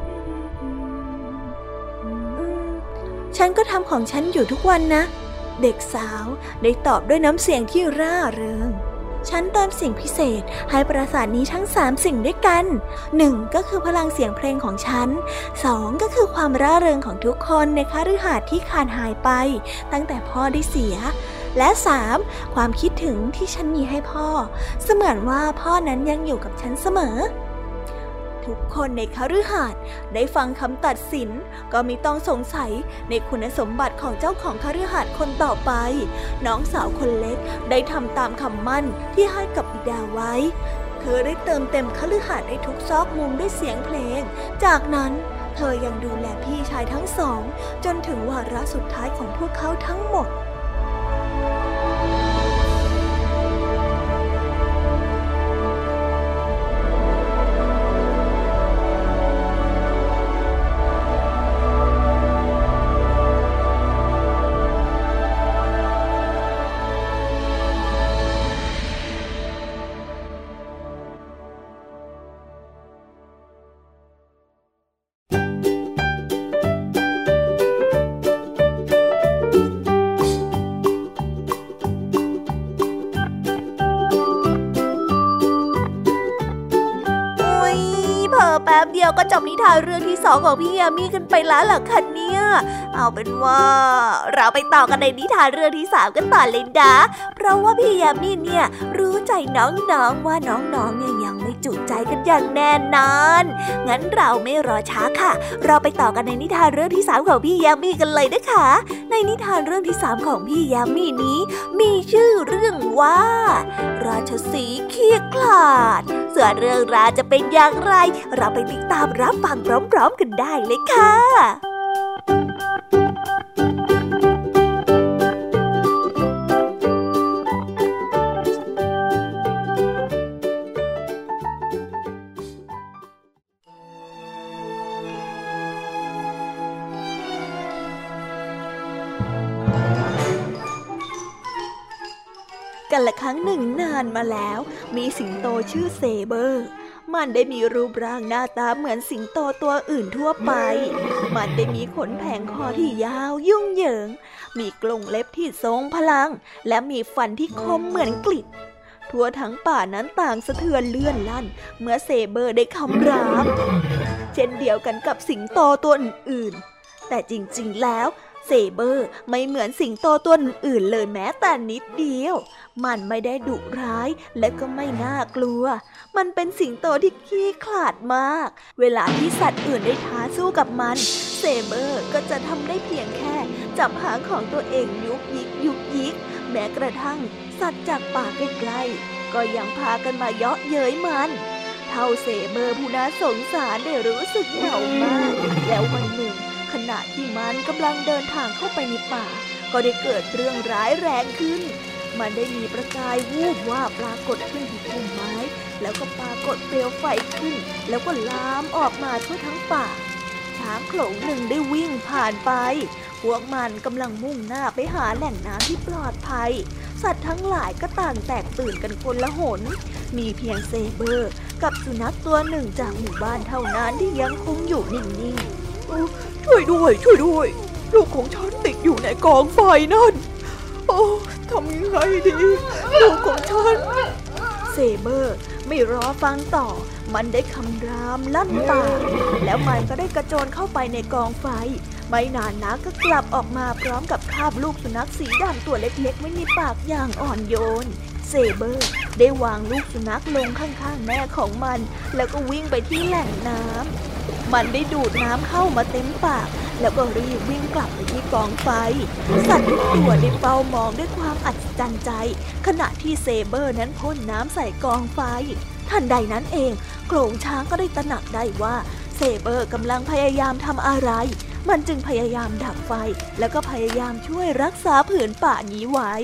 S1: ๆฉันก็ทำของฉันอยู่ทุกวันนะเด็กสาวได้ตอบด้วยน้ำเสียงที่ร่าเริงฉันเติมสิ่งพิเศษให้ปราสาทนี้ทั้ง3 สิ่งด้วยกัน1ก็คือพลังเสียงเพลงของฉัน2ก็คือความร่าเริงของทุกคนในคฤหาสน์ที่ขาดหายไปตั้งแต่พ่อได้เสียและ3ความคิดถึงที่ฉันมีให้พ่อเสมือนว่าพ่อนั้นยังอยู่กับฉันเสมอทุกคนในคฤหาสน์ได้ฟังคำตัดสินก็มิต้องสงสัยในคุณสมบัติของเจ้าของคฤหาสน์คนต่อไปน้องสาวคนเล็กได้ทำตามคำมั่นที่ให้กับบิดาไว้เธอได้เติมเต็มคฤหาสน์ในทุกซอกมุมด้วยเสียงเพลงจากนั้นเธอยังดูแลพี่ชายทั้งสองจนถึงวาระสุดท้ายของพวกเขาทั้งหมดแป๊บเดียวก็จบนิทานเรื่องที่2ของพี่ยามีกันไปแล้วล่ะค่ะเนี่ยเอาเป็นว่าเราไปต่อกันในนิทานเรื่องที่3กันต่อเลยนะเพราะว่าพี่ยามีเนี่ยรู้ใจน้องๆว่าน้องๆเนี่ยยังไม่จุใจกันอย่างแน่นอนงั้นเราไม่รอช้าค่ะเราไปต่อกันในนิทานเรื่องที่3ของพี่ยามีกันเลยนะคะในนิทานเรื่องที่3ของพี่ยามีนี้มีชื่อเรื่องว่าราชสีห์ขี้ขลาดส่วนเรื่องราวจะเป็นอย่างไรเราไปติดตามรับฟังพร้อมๆกันได้เลยค่ะกันละครั้งหนึ่งนานมาแล้วมีสิงโตชื่อเซเบอร์มันได้มีรูปร่างหน้าตาเหมือนสิงโตตัวอื่นทั่วไปมันได้มีขนแผงคอที่ยาวยุ่งเหยิงมีกรงเล็บที่ทรงพลังและมีฟันที่คมเหมือนกฤษทั่วทั้งป่านั้นต่างสะเทือนเลื่อนลั่นเมื่อเซเบอร์ได้คำรามเช่นเดียวกันกับสิงโตตัวอื่นๆแต่จริงๆแล้วเซเบอร์ไม่เหมือนสิงโตตัวอื่นเลยแม้แต่นิดเดียวมันไม่ได้ดุร้ายและก็ไม่น่ากลัวมันเป็นสิงโตที่ขี้ขลาดมากเวลาที่สัตว์อื่นได้ท้าสู้กับมันเซเบอร์ก็จะทำได้เพียงแค่จับหางของตัวเองยุกยิกยุกยิกแม้กระทั่งสัตว์จากป่าใกล้ๆก็ยังพากันมาเยาะเย้ยมันเท่าเซเบอร์ผู้น่าสงสารได้รู้สึกเหงามากแล้ววันหนึ่งขณะที่มันกำลังเดินทางเข้าไปในป่าก็ได้เกิดเรื่องร้ายแรงขึ้นมันได้มีประกายวูบวาบปรากฏขึ้นที่พุ่มไม้แล้วก็ปรากฏเปลวไฟขึ้นแล้วก็ลามออกมาทั่วทั้งป่าชช้างโขลงหนึ่งได้วิ่งผ่านไปพวกมันกำลังมุ่งหน้าไปหาแหล่งน้ำที่ปลอดภัยสัตว์ทั้งหลายก็ต่างแตกตื่นกันคนละหนมีเพียงเซเบอร์กับสุนัขตัวหนึ่งจากหมู่บ้านเท่านั้นที่ยังคงอยู่นิ่งๆช่วยด้วยลูกของฉันติดอยู่ในกองไฟนั่นทำยังไงดีลูกของฉันเซเบอร์ไม่รอฟังต่อมันได้คำรามลั่นป่าแล้วมันก็ได้กระโจนเข้าไปในกองไฟไม่นานนักก็กลับออกมาพร้อมกับคาบลูกสุนัขสีดำตัวเล็กๆไว้ในปากอย่างอ่อนโยนเซเบอร์ได้วางลูกสุนัขลงข้างๆแม่ของมันแล้วก็วิ่งไปที่แหล่งน้ำมันได้ดูดน้ำเข้ามาเต็มปากแล้วก็รีบวิ่งกลับไปที่กองไฟสัตว์ทุกตัวได้เฝ้ามองด้วยความอัศจรรย์ใจขณะที่เซเบอร์นั้นพ่นน้ำใส่กองไฟทันใดนั้นเองโขลงช้างก็ได้ตระหนักได้ว่าเซเบอร์กำลังพยายามทำอะไรมันจึงพยายามดับไฟแล้วก็พยายามช่วยรักษาผืนป่านี้ไว้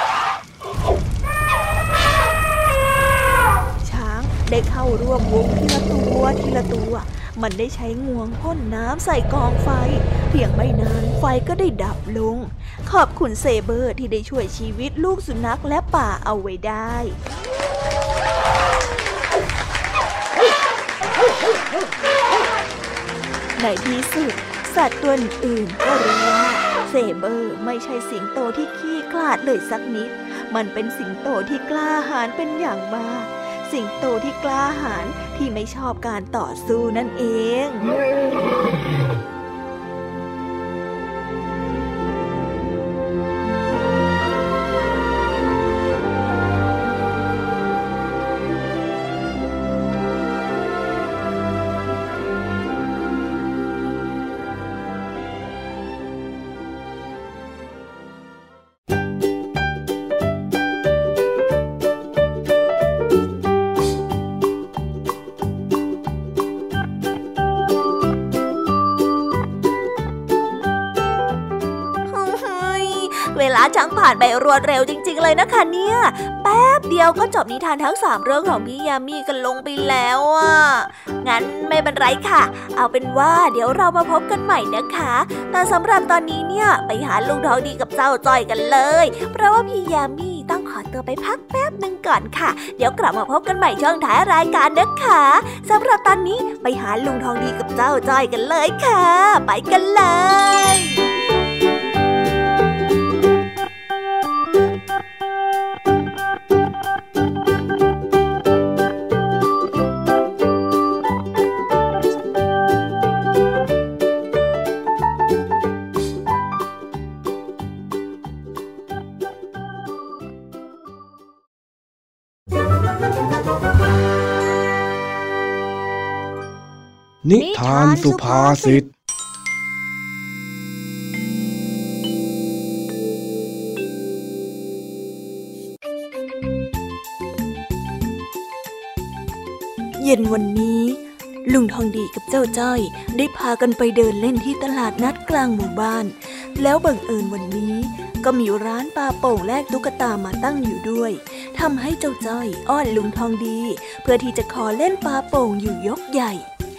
S1: ช้างได้เข้าร่วมวงทีละตัวมันได้ใช้งวงพ่นน้ำใส่กองไฟเพียงไม่นานไฟก็ได้ดับลงขอบคุณเซเบอร์ที่ได้ช่วยชีวิตลูกสุนัขและป่าเอาไว้ได้ในที่สุดสัตว์ตัวอื่นก็รู้ว่าเซเบอร์ไม่ใช่สิงโตที่ขี้ขลาดเลยสักนิดมันเป็นสิงโตที่กล้าหาญเป็นอย่างมากสิงโตที่กล้าหาญที่ไม่ชอบการต่อสู้นั่นเองช่างผ่านไปรวดเร็วจริงๆเลยนะคะเนี่ยแป๊บเดียวก็จบนิทานทั้ง3เรื่องของพี่ยามีกันลงไปแล้วอ่ะงั้นไม่เป็นไรค่ะเอาเป็นว่าเดี๋ยวเรามาพบกันใหม่นะคะแต่สำหรับตอนนี้เนี่ยไปหาลุงทองดีกับเจ้าจ้อยกันเลยเพราะว่าพี่ยามีต้องขอตัวไปพักแป๊บนึงก่อนค่ะเดี๋ยวกลับมาพบกันใหม่ช่วงท้ายรายการนะคะสำหรับตอนนี้ไปหาลุงทองดีกับเจ้าจ้อยกันเลยค่ะไปกันเลย
S3: นิทานสุภาษิต
S1: เย็นวันนี้ลุงทองดีกับเจ้าจ้อยได้พากันไปเดินเล่นที่ตลาดนัดกลางหมู่บ้านแล้วบังเอิญวันนี้ก็มีร้านปลาโป่งแลกตุ๊กตามาตั้งอยู่ด้วยทำให้เจ้าจ้อยอ้อนลุงทองดีเพื่อที่จะขอเล่นปลาโป่งอยู่ยกใหญ่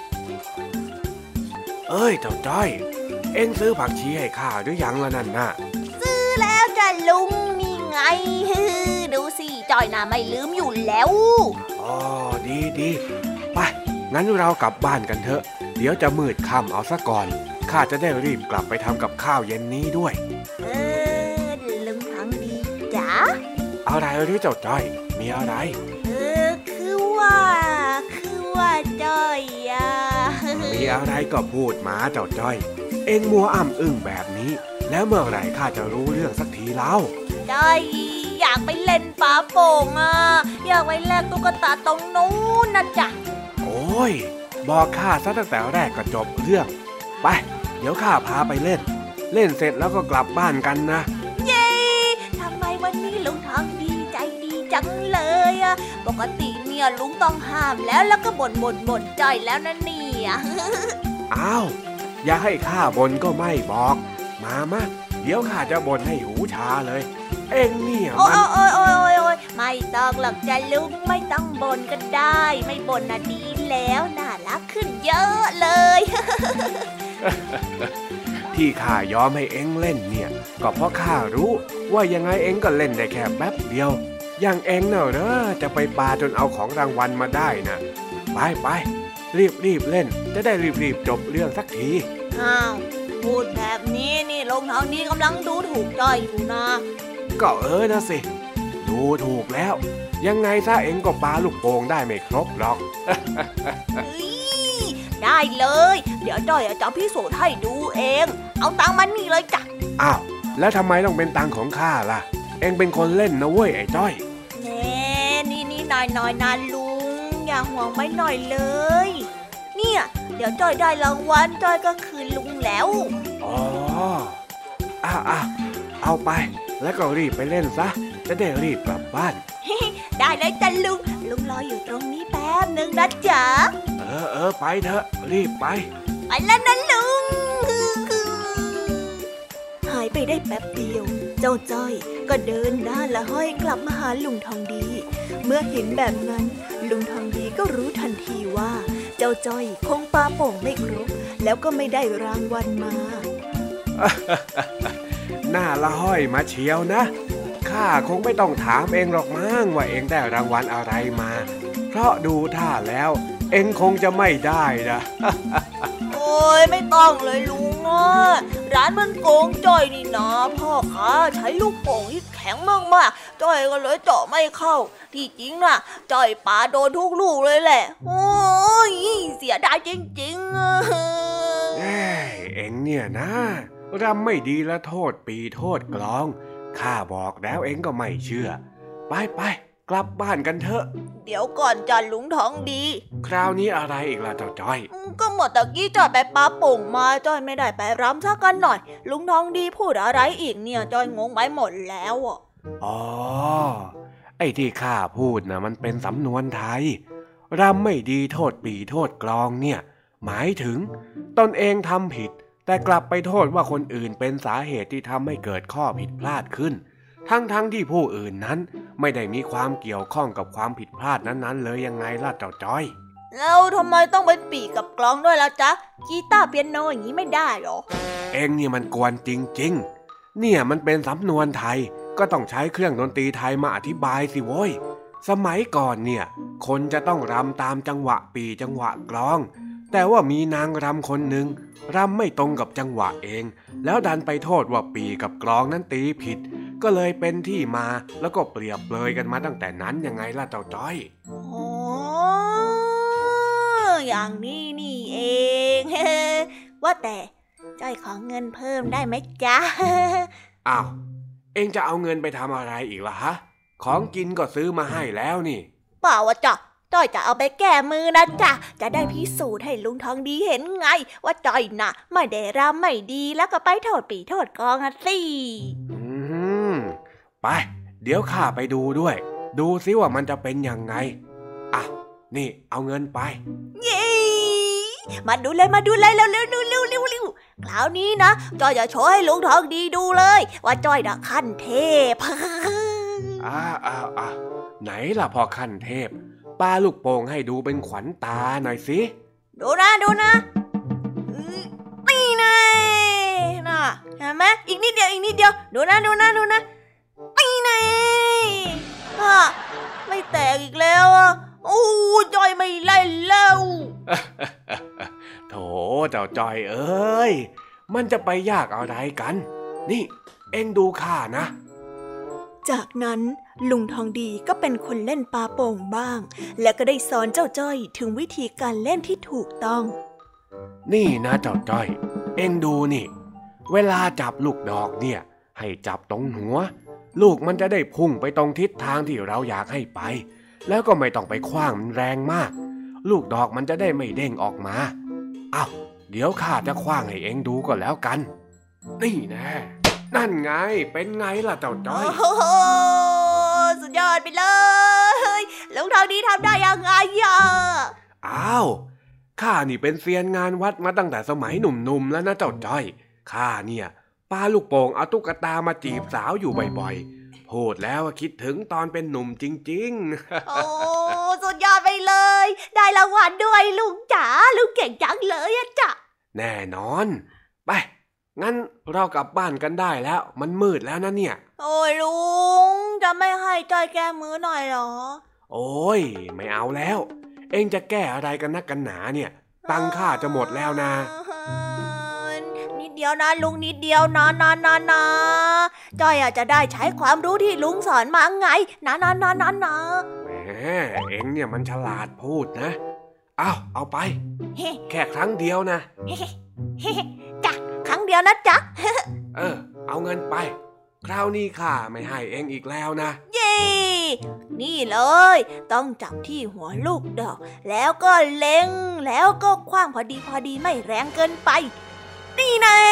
S3: เอ้ยเจ้าจ้อยเอ็งซื้อผักชีให้ข้าหรือยังล่ะนั่นน่ะ
S4: ซื้อแล้วจ้ะลุงนี่ไงดูสิจ้อยน่ะไม่ลืมอยู่แล้ว
S3: อ๋อดีไปงั้นเรากลับบ้านกันเถอะเดี๋ยวจะมืดค่ำเอาซะก่อนข้าจะได้รีบกลับไปทำกับข้าวเย็นนี้ด้วย
S4: ลุงทองดีจ๋า
S3: อะไรหรือเจ้าจ้อยมีอะไร
S4: คือว่าจ้อย
S3: มีอะไรก็พูดมาเจ้าจ้อยเอ็งมัวอ้ำอึ้งแบบนี้แล้วเมื่อไหร่ข้าจะรู้เรื่องสักทีเล่า
S4: จ้อยอยากไปเล่นปลาโป่งอยากไปแลกตุ๊กตาตรงนู้นนะจ๊ะ
S3: โอ้ยบอกข้าซะตั้งแต่แรกก็จบเรื่องไปเดี๋ยวข้าพาไปเล่นเสร็จแล้วก็กลับบ้านกันนะ
S4: เย้ทำไมวันนี้ลุงทองดีใจดีจังเลยปกติเนี่ยลุงต้องห้ามแล้วก็บ่นจ้อยแล้วนะเนี่ย
S3: อ้าวอย่าให้ข้าบ่นก็ไม่บอกมาเดี๋ยวข้าจะบ่นให้หูชาเลยเอ็งเนี่ยมัน
S4: โอ้ยไม่ต้องหรอกจ้ะลุงไม่ต้องบ่นก็ได้ไม่บ่นน่ะดีแล้วน่ารักขึ้นเยอะเลย
S3: ที่ข้ายอมให้เอ็งเล่นเนี่ยก็เพราะข้ารู้ว่ายังไงเอ็งก็เล่นได้แค่แป๊บเดียวอย่างเอ็งเนอะจะไปปาจนเอาของรางวัลมาได้นะไปรีบเล่นจะได้รีบจบเรื่องสักที
S1: อ้าวพูดแบบนี้นี่ลุงทองดีกำลังดูถูกจ้อยอยู่นะ
S3: ก็นะสิดูถูกแล้วยังไงซะเอ็งก็ปาลูกโป่งได้ไม่ครบหรอก
S1: ได้เลยเดี๋ยวจ้อยจะพิสูจน์ให้ดูเองเอาตังค์มานี่เลยจ้ะ
S3: อ้าวแล้วทำไมต้องเป็นตังค์ของข้าล่ะเอ็งเป็นคนเล่นนะเว้ยไอ้จ้อย
S1: แน่นี่หน่อยนะลุงอย่าห่วงไม่หน่อยเลย เนี่ยเดี๋ยวจ้อยได้รางวัลจ้อยก็คืนลุงแล้ว
S3: อ๋อเอาไปแล้วก็รีบไปเล่นซะจะได้รีบกลับบ้าน
S1: ได้เลยจ้ะลุงรออยู่ตรงนี้แป๊บนึงนะจ๊ะ
S3: ไปเถอะรีบไป
S1: แล้วนะลุงหายไปได้แป๊บเดียวเจ้าจ้อยก็เดินหน้าละห้อยกลับมาหาลุงทองดีเมื่อเห็นแบบนั้นลุงทองดีก็รู้ทันทีว่าเจ้าจ้อยคงปาโป่งไม่ครบแล้วก็ไม่ได้รางวัลมา
S3: หน้าละห้อยมาเชียวนะข้าคงไม่ต้องถามเองหรอกมั้งว่าเองได้รางวัลอะไรมาเพราะดูท่าแล้วเองคงจะไม่ได้นะ
S1: โอ้ยไม่ต้องเลยลุงร้านมันโกงจ้อยนี่นะพ่อค้าใช้ลูกโป่งที่แข็งมากๆจ้อยก็เลยเจาะไม่เข้าที่จริงน่ะจ้อยปาโดนทุกลูกเลยแหละโอ้ยเสียดายจริงๆ
S3: เอ็งเนี่ยนะรำไม่ดีแล้วโทษปีโทษกลองข้าบอกแล้วเอ็งก็ไม่เชื่อไปกลับบ้านกันเถอะ
S1: เดี๋ยวก่อนจ้ะลุงทองดี
S3: คราวนี้อะไรอีกล่ะเจ้าจ้อย
S1: ก็หมดตะกี้จ้อยไปปาโป่งมาจ้อยไม่ได้ไปรำสักกันหน่อยลุงทองดีพูดอะไรอีกเนี่ยจ้อยงงไปหมดแล้ว
S3: อ๋อไอ้ที่ข้าพูดนะมันเป็นสำนวนไทยรำไม่ดีโทษปีโทษกลองเนี่ยหมายถึงตนเองทำผิดแต่กลับไปโทษว่าคนอื่นเป็นสาเหตุที่ทำให้เกิดข้อผิดพลาดขึ้นทั้งที่ผู้อื่นนั้นไม่ได้มีความเกี่ยวข้องกับความผิดพลาดนั้นๆเลยยังไงล่ะเจ้าจ้อย
S1: แล้วทำไมต้องเป็นปีกับกลองด้วยล่ะจ๊ะกีตาร์เปียโนอย่างนี้ไม่ได้หรอ
S3: เอ็งนี่มันกวนจริงๆเนี่ยมันเป็นสำนวนไทยก็ต้องใช้เครื่องดนตรีไทยมาอธิบายสิโว้ยสมัยก่อนเนี่ยคนจะต้องรำตามจังหวะปีจังหวะกลองแต่ว่ามีนางรำคนหนึ่งรำไม่ตรงกับจังหวะเองแล้วดันไปโทษว่าปีกับกลองนั้นตีผิดก็เลยเป็นที่มาแล้วก็เปรียบเลยกันมาตั้งแต่นั้นยังไงล่ะเจ้าจ้อย
S1: อ๋ออย่างนี้นี่เอง ว่าแต่จ้อยขอเงินเพิ่มได้ไหมจ๊ะ
S3: อ้าวเอ็งจะเอาเงินไปทำอะไรอีกล่ะฮะของกินก็ซื้อมาให้แล้วนี่
S1: เปล่าอ่ะจ๊ะจ้อยจะเอาไปแก้มือนะจ๊ะจะได้พิสูจน์ให้ลุงทองดีเห็นไงว่าจ้อยน่ะไม่ได้รำไม่ดีแล้วก็ไปโทษปีโทษกลองสิ
S3: ไปเดี๋ยวข้าไปดูด้วยดูซิว่ามันจะเป็นยังไงอ่ะนี่เอาเงินไป
S1: เย้มาดูเลยเร็วคราวนี้นะจ้อยจะโชว์ให้ลุงทองดีดูเลยว่าจ้อยน่ะขั้นเทพ
S3: ไหนล่ะพอขั้นเทพปาลูกโป่งให้ดูเป็นขวัญตาหน่อยสิ
S1: ดูนะนี่ไงน่ะเห็นไหมอีกนิดเดียวดูนะนี่ไงไม่แตกอีกแล้วโอ้จ้อยไม่เล่นแล้ว
S3: โถเจ้าจ้อยเอ้ยมันจะไปยากอะไรกันนี่เอ็งดูข้านะ
S2: จากนั้นลุงทองดีก็เป็นคนเล่นปาโป่งบ้างและก็ได้สอนเจ้าจ้อยถึงวิธีการเล่นที่ถูกต้อง
S3: นี่นะเจ้าจ้อยเอ็งดูนี่เวลาจับลูกดอกเนี่ยให้จับตรงหัวลูกมันจะได้พุ่งไปตรงทิศทางที่เราอยากให้ไปแล้วก็ไม่ต้องไปขว้างมันแรงมากลูกดอกมันจะได้ไม่เด้งออกมาอ้าวเดี๋ยวข้าจะขว้างให้เอ็งดูก็แล้วกันนี่นะนั่นไงเป็นไงล่ะเจ้าจ้อย
S1: โอ้โหสุดยอดไปเลยลุงทองดีทำได้ยังไง
S3: อ้าวข้านี่เป็นเซียนงานวัดมาตั้งแต่สมัยหนุ่มๆแล้วนะเจ้าจ้อยข้าเนี่ยปาลูกโป่งเอาตุ๊กตามาจีบสาวอยู่บ่อยๆพูดแล้วคิดถึงตอนเป็นหนุ่มจริง
S1: ๆโอ้สุดยอดไปเลยได้รางวัลด้วยลุงจ๋าลุงเก่งจังเลยอะจ๊ะ
S3: แน่นอนไปงั้นเรากลับบ้านกันได้แล้วมันมืดแล้วนะเนี่ย
S1: โอ้ยลุงจะไม่ให้จ้อยแก้มือหน่อยเหรอ
S3: โอ้ยไม่เอาแล้วเอ็งจะแก้อะไรกันนักกันหนาเนี่ยตังค่าจะหมดแล้วนะ
S1: นิดเดียวนะลุงนิดเดียวนะจ้อยจะได้ใช้ความรู้ที่ลุงสอนมาไงนะ
S3: แหมเอ็งเนี่ยมันฉลาดพูดนะเอาไปแค่ครั้งเดียวนะ
S1: จ้ะครั้งเดียวนะจ๊ะ
S3: เอาเงินไปคราวนี้ข้าไม่ให้เอ็งอีกแล้วนะ
S1: เย้นี่เลยต้องจับที่หัวลูกดอกแล้วก็เล็งแล้วก็ขว้างพอดีไม่แรงเกินไปนี่แน่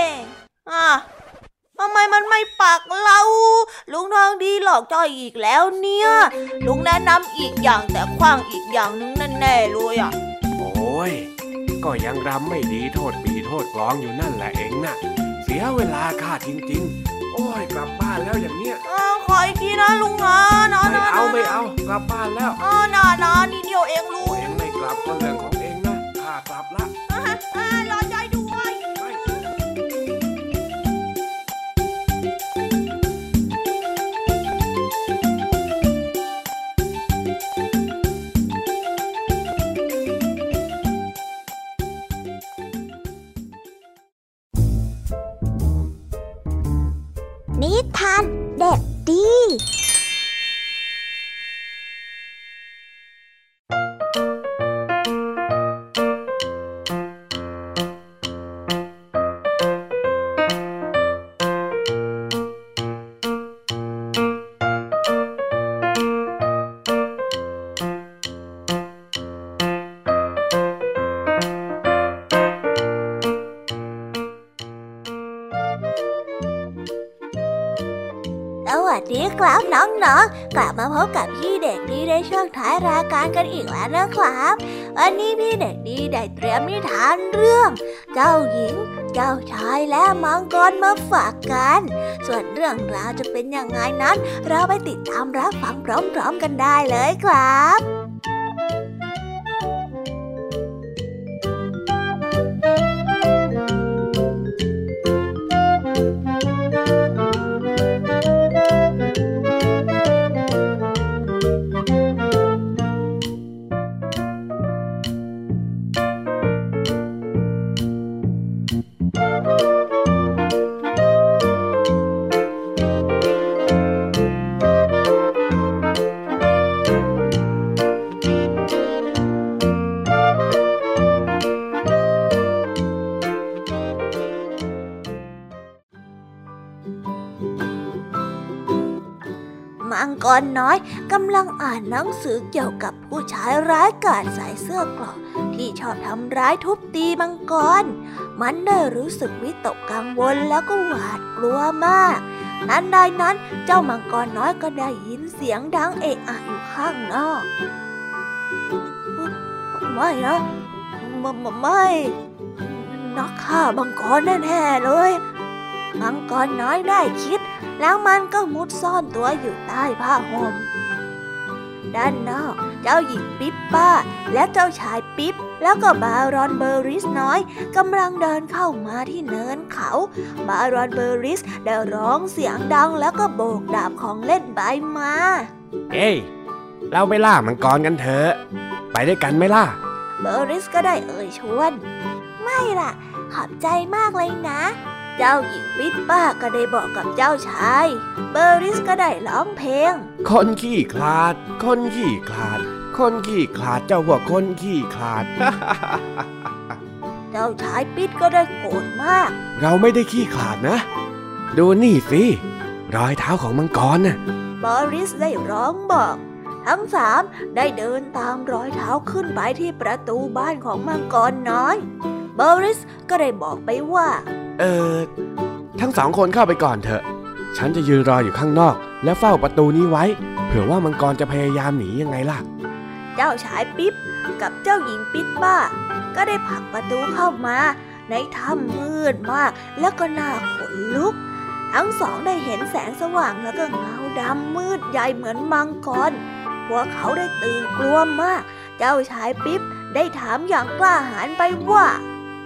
S1: ทำไมมันไม่ปักเราลุงทองดีหลอกจ้อยอีกแล้วเนี่ยลุงแนะนำอีกอย่างแต่ขว้างอีกอย่างนึงแน่ๆเลยอ่ะ
S3: โอ้ยก็ยังรำไม่ดีโทษปีโทษกลองอยู่นั่นแหละเอ็งน่ะเสียเวลาข้าจริงๆโอ้ยกลับบ้านแล้วอย่างเนี้ย
S1: ขออีกทีนะลุงนะ
S3: ไม่เอากลับบ้านแล้ว
S1: นะนี่เดียวเองลุง
S3: เอ็งไม่กลับก็เรื่องของเอ็งนะข้ากลับละ
S1: รอใจด้วย
S5: นิทานเด็กดี
S1: ครับน้องๆกลับมาพบกับพี่เด็กดีในช่วงท้ายรายการกันอีกแล้วนะครับวันนี้พี่เด็กดีได้เตรียมนิทานเรื่องเจ้าหญิงเจ้าชายและมังกรมาฝากกันส่วนเรื่องราวจะเป็นยังไงนั้นเราไปติดตามรับฟังพร้อมๆกันได้เลยครับมังกรน้อยกำลังอ่านหนังสือเกี่ยวกับผู้ชายร้ายกาจใส่เสื้อเกราะที่ชอบทำร้ายทุบตีมังกรมันได้รู้สึกวิตกกังวลแล้วก็หวาดกลัวมากทันใดนั้นเจ้ามังกรน้อยก็ได้ยินเสียงดังเอะอะอยู่ข้างนอกไม่นะไม่นักฆ่ามังกรแน่ๆเลยมังกรน้อยได้คิดแล้วมันก็มุดซ่อนตัวอยู่ใต้ผ้าห่มด้านนอกเจ้าหญิงปิ๊ปป้าและเจ้าชายปิ๊บแล้วก็บารอนเบอริสน้อยกำลังเดินเข้ามาที่เนินเขาบารอนเบอริสได้ร้องเสียงดังแล้วก็โบกดาบของเล่นไปมา
S3: เฮ้ยเราไปล่ามังกรกันเถอะไปด้วยกันไหมล่ะ
S1: เบอริสก็ได้เอ่ยชวนไม่ล่ะขอบใจมากเลยนะเจ้าหญิงปิ๊ปป้าก็ได้บอกกับเจ้าชายเบอริสก็ได้ร้องเพลง
S3: คนขี้ขลาดคนขี้ขลาดคนขี้ขลาดเจ้าพวกคนขี้ขลาด
S1: เจ้าชายปิ๊ดก็ได้โกรธมาก
S3: เราไม่ได้ขี้ขลาดนะดูนี่สิรอยเท้าของมังกรน่ะ
S1: เบอริสได้ร้องบอกทั้งสามได้เดินตามรอยเท้าขึ้นไปที่ประตูบ้านของมังกรน้อยเบอริสก็ได้บอกไปว่า
S3: ทั้งสองคนเข้าไปก่อนเถอะฉันจะยืนรออยู่ข้างนอกและเฝ้าประตูนี้ไว้เผื่อว่ามังกรจะพยายามหนียังไงล่ะ
S1: เจ้าชายปิ๊บกับเจ้าหญิงปิ๊ดบ้าก็ได้ผลักประตูเข้ามาในถ้ำมืดมากแล้วก็น่าขนลุกทั้งสองได้เห็นแสงสว่างแล้วก็เงาดำมืดใหญ่เหมือนมังกรพวกเขาได้ตื่นกลัวมากเจ้าชายปิ๊บได้ถามอย่างกล้าหาญไปว่า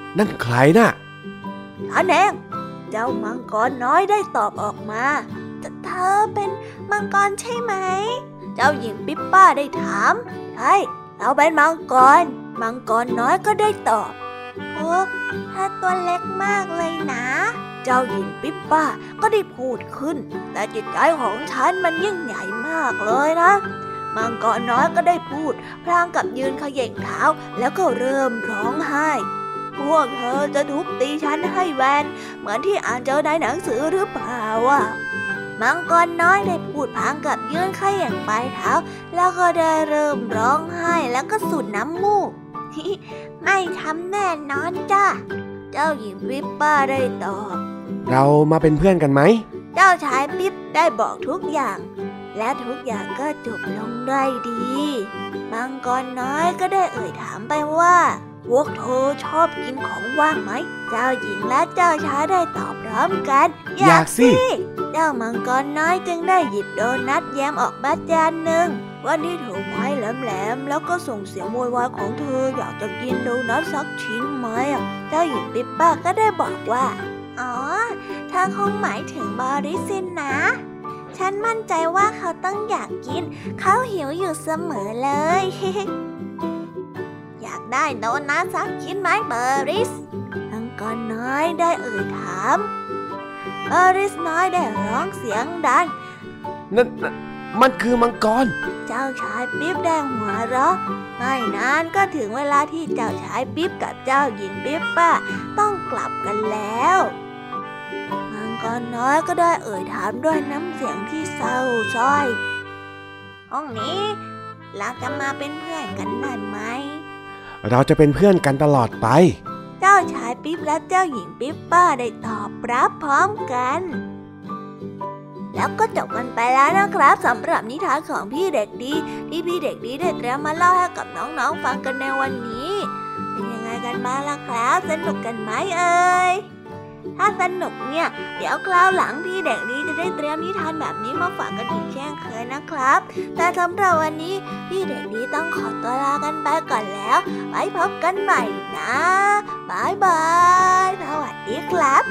S3: นั่นใครน่ะ
S1: ฉันเองเจ้ามังกรน้อยได้ตอบออกมาเธอเป็นมังกรใช่ไหมเจ้าหญิงปิ๊ปป้าได้ถามใช่เราเป็นมังกรน้อยก็ได้ตอบโอ้เธอตัวเล็กมากเลยนะเจ้าหญิงปิ๊ปป้าก็ได้พูดขึ้นแต่จิตใจของฉันมันยิ่งใหญ่มากเลยนะมังกรน้อยก็ได้พูดพลางกับยืนเขย่งเท้าแล้วก็เริ่มร้องไห้พวกเธอจะทุบตีฉันให้แวนเหมือนที่อ่านเจอในหนังสือหรือเปล่ามังกรน้อยได้พูดพลางกับยืนเขย่งปลายเท้าแล้วก็ได้เริ่มร้องไห้แล้วก็สูดน้ำมูก ไม่ทำแน่นอนจ้ะเจ้าหญิงปิ๊ปป้าได้ตอบ
S3: เรามาเป็นเพื่อนกันไหม
S1: เจ้าชายปิ๊ปได้บอกทุกอย่างและทุกอย่างก็จบลงด้วยดีมังกรน้อยก็ได้เอ่ยถามไปว่าพวกเธอชอบกินของว่างไหมเจ้าหญิงและเจ้าชายได้ตอบพร้อมกัน
S3: อยากสิ
S1: เจ้ามังกรน้อยจึงได้หยิบโดนัทแยมออกมาจานหนึ่งวันที่ถือไม้แหลมๆแล้วก็ส่งเสียงโวยวายของเธออยากจะกินโดนัทสักชิ้นไหมเจ้าหญิงปิ๊ปป้าก็ได้บอกว่าอ๋อเธอคงหมายถึงบอริสนะฉันมั่นใจว่าเขาต้องอยากกินเขาหิวอยู่เสมอเลย อยากได้โดนัทสักชิ้นไหมบอริสมังกรน้อยได้เอ่ยถามบอริสน้อยได้ร้องเสียงดัง
S3: นั่นมันคือมังกร
S1: เจ้าชายปิ๊บได้หัวเราะไม่นานก็ถึงเวลาที่เจ้าชายปิ๊บกับเจ้าหญิงปิ๊ปป้าต้องกลับกันแล้วมังกรน้อยก็ได้เอ่ยถามด้วยน้ำเสียงที่เศร้าส้อยห้องนี้เราจะมาเป็นเพื่อนกันได้ไหม
S3: เราจะเป็นเพื่อนกันตลอดไป
S1: เจ้าชายปิ๊บและเจ้าหญิงปิ๊ปป้าได้ตอบรับพร้อมกันแล้วก็จบกันไปแล้วนะครับสำหรับนิทานของพี่เด็กดีที่พี่เด็กดีได้เตรียมมาเล่าให้กับน้องๆฟังกันในวันนี้เป็นยังไงกันบ้างล่ะครับสนุกกันไหมเอ่ยถ้าสนุกเนี่ยเดี๋ยวคราวหลังพี่เด็กดีจะได้เตรียมนิทานแบบนี้มาฝากกันอีกเช่นเคยนะครับแต่สำหรับวันนี้พี่เด็กดีต้องขอตัวลากันไปก่อนแล้วไว้พบกันใหม่นะบ๊ายบายสวัสดีครับ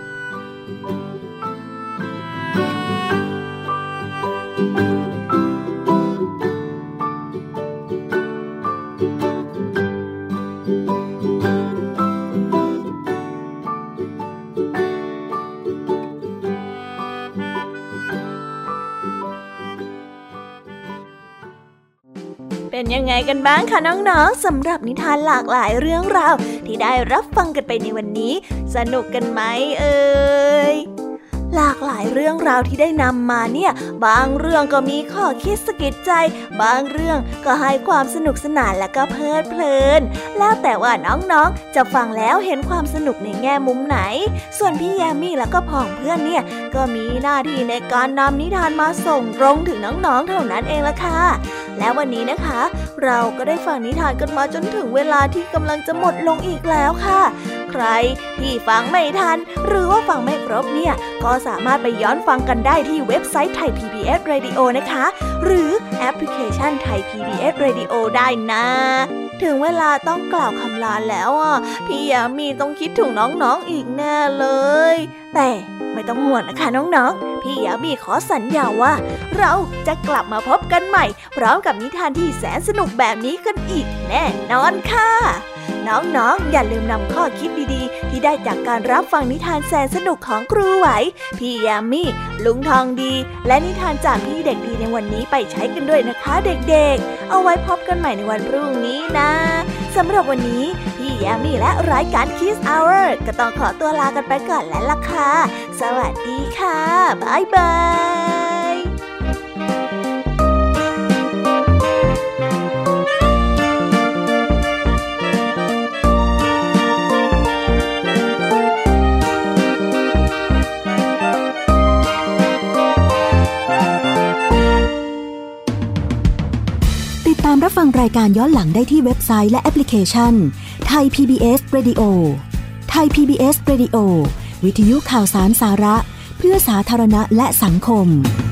S1: เป็นยังไงกันบ้างคะน้องๆสำหรับนิทานหลากหลายเรื่องราวที่ได้รับฟังกันไปในวันนี้สนุกกันไหมเอ่ยหลากหลายเรื่องราวที่ได้นำมาเนี่ยบางเรื่องก็มีข้อคิดสะกิดใจบางเรื่องก็ให้ความสนุกสนานและก็เพลิดเพลินแล้วแต่ว่าน้องๆจะฟังแล้วเห็นความสนุกในแง่มุมไหนส่วนพี่แยมมี่แล้วก็พ่องเพื่อนเนี่ยก็มีหน้าที่ในการนำนิทานมาส่งตรงถึงน้องๆเท่านั้นเองล่ะค่ะและวันนี้นะคะเราก็ได้ฟังนิทานกันมาจนถึงเวลาที่กำลังจะหมดลงอีกแล้วค่ะใครที่ฟังไม่ทันหรือว่าฟังไม่ครบเนี่ยก็สามารถไปย้อนฟังกันได้ที่เว็บไซต์ Thai PBS Radio นะคะหรือแอปพลิเคชัน Thai PBS Radio ได้นะถึงเวลาต้องกล่าวคำลาแล้วพี่ยามีต้องคิดถึงน้องๆอีกแน่เลยแต่ไม่ต้องห่วงนะคะน้องๆพี่ยามีขอสัญญาว่าเราจะกลับมาพบกันใหม่พร้อมกับนิทานที่แสนสนุกแบบนี้กันอีกแน่นอนค่ะน้องๆอย่าลืมนำข้อคิดดีๆที่ได้จากการรับฟังนิทานแสนสนุกของครูไหวพี่ยามีลุงทองดีและนิทานจากพี่เด็กดีในวันนี้ไปใช้กันด้วยนะคะเด็กๆเอาไว้พบกันใหม่ในวันพรุ่งนี้นะสำหรับวันนี้พี่ยามีและรายการ Kids Hour ก็ต้องขอตัวลากันไปก่อนแล้วล่ะค่ะสวัสดีค่ะบ๊ายบาย
S6: ตามรับฟังรายการย้อนหลังได้ที่เว็บไซต์และแอปพลิเคชัน Thai PBS Radio Thai PBS Radio วิทยุข่าวสารสาระเพื่อสาธารณะและสังคม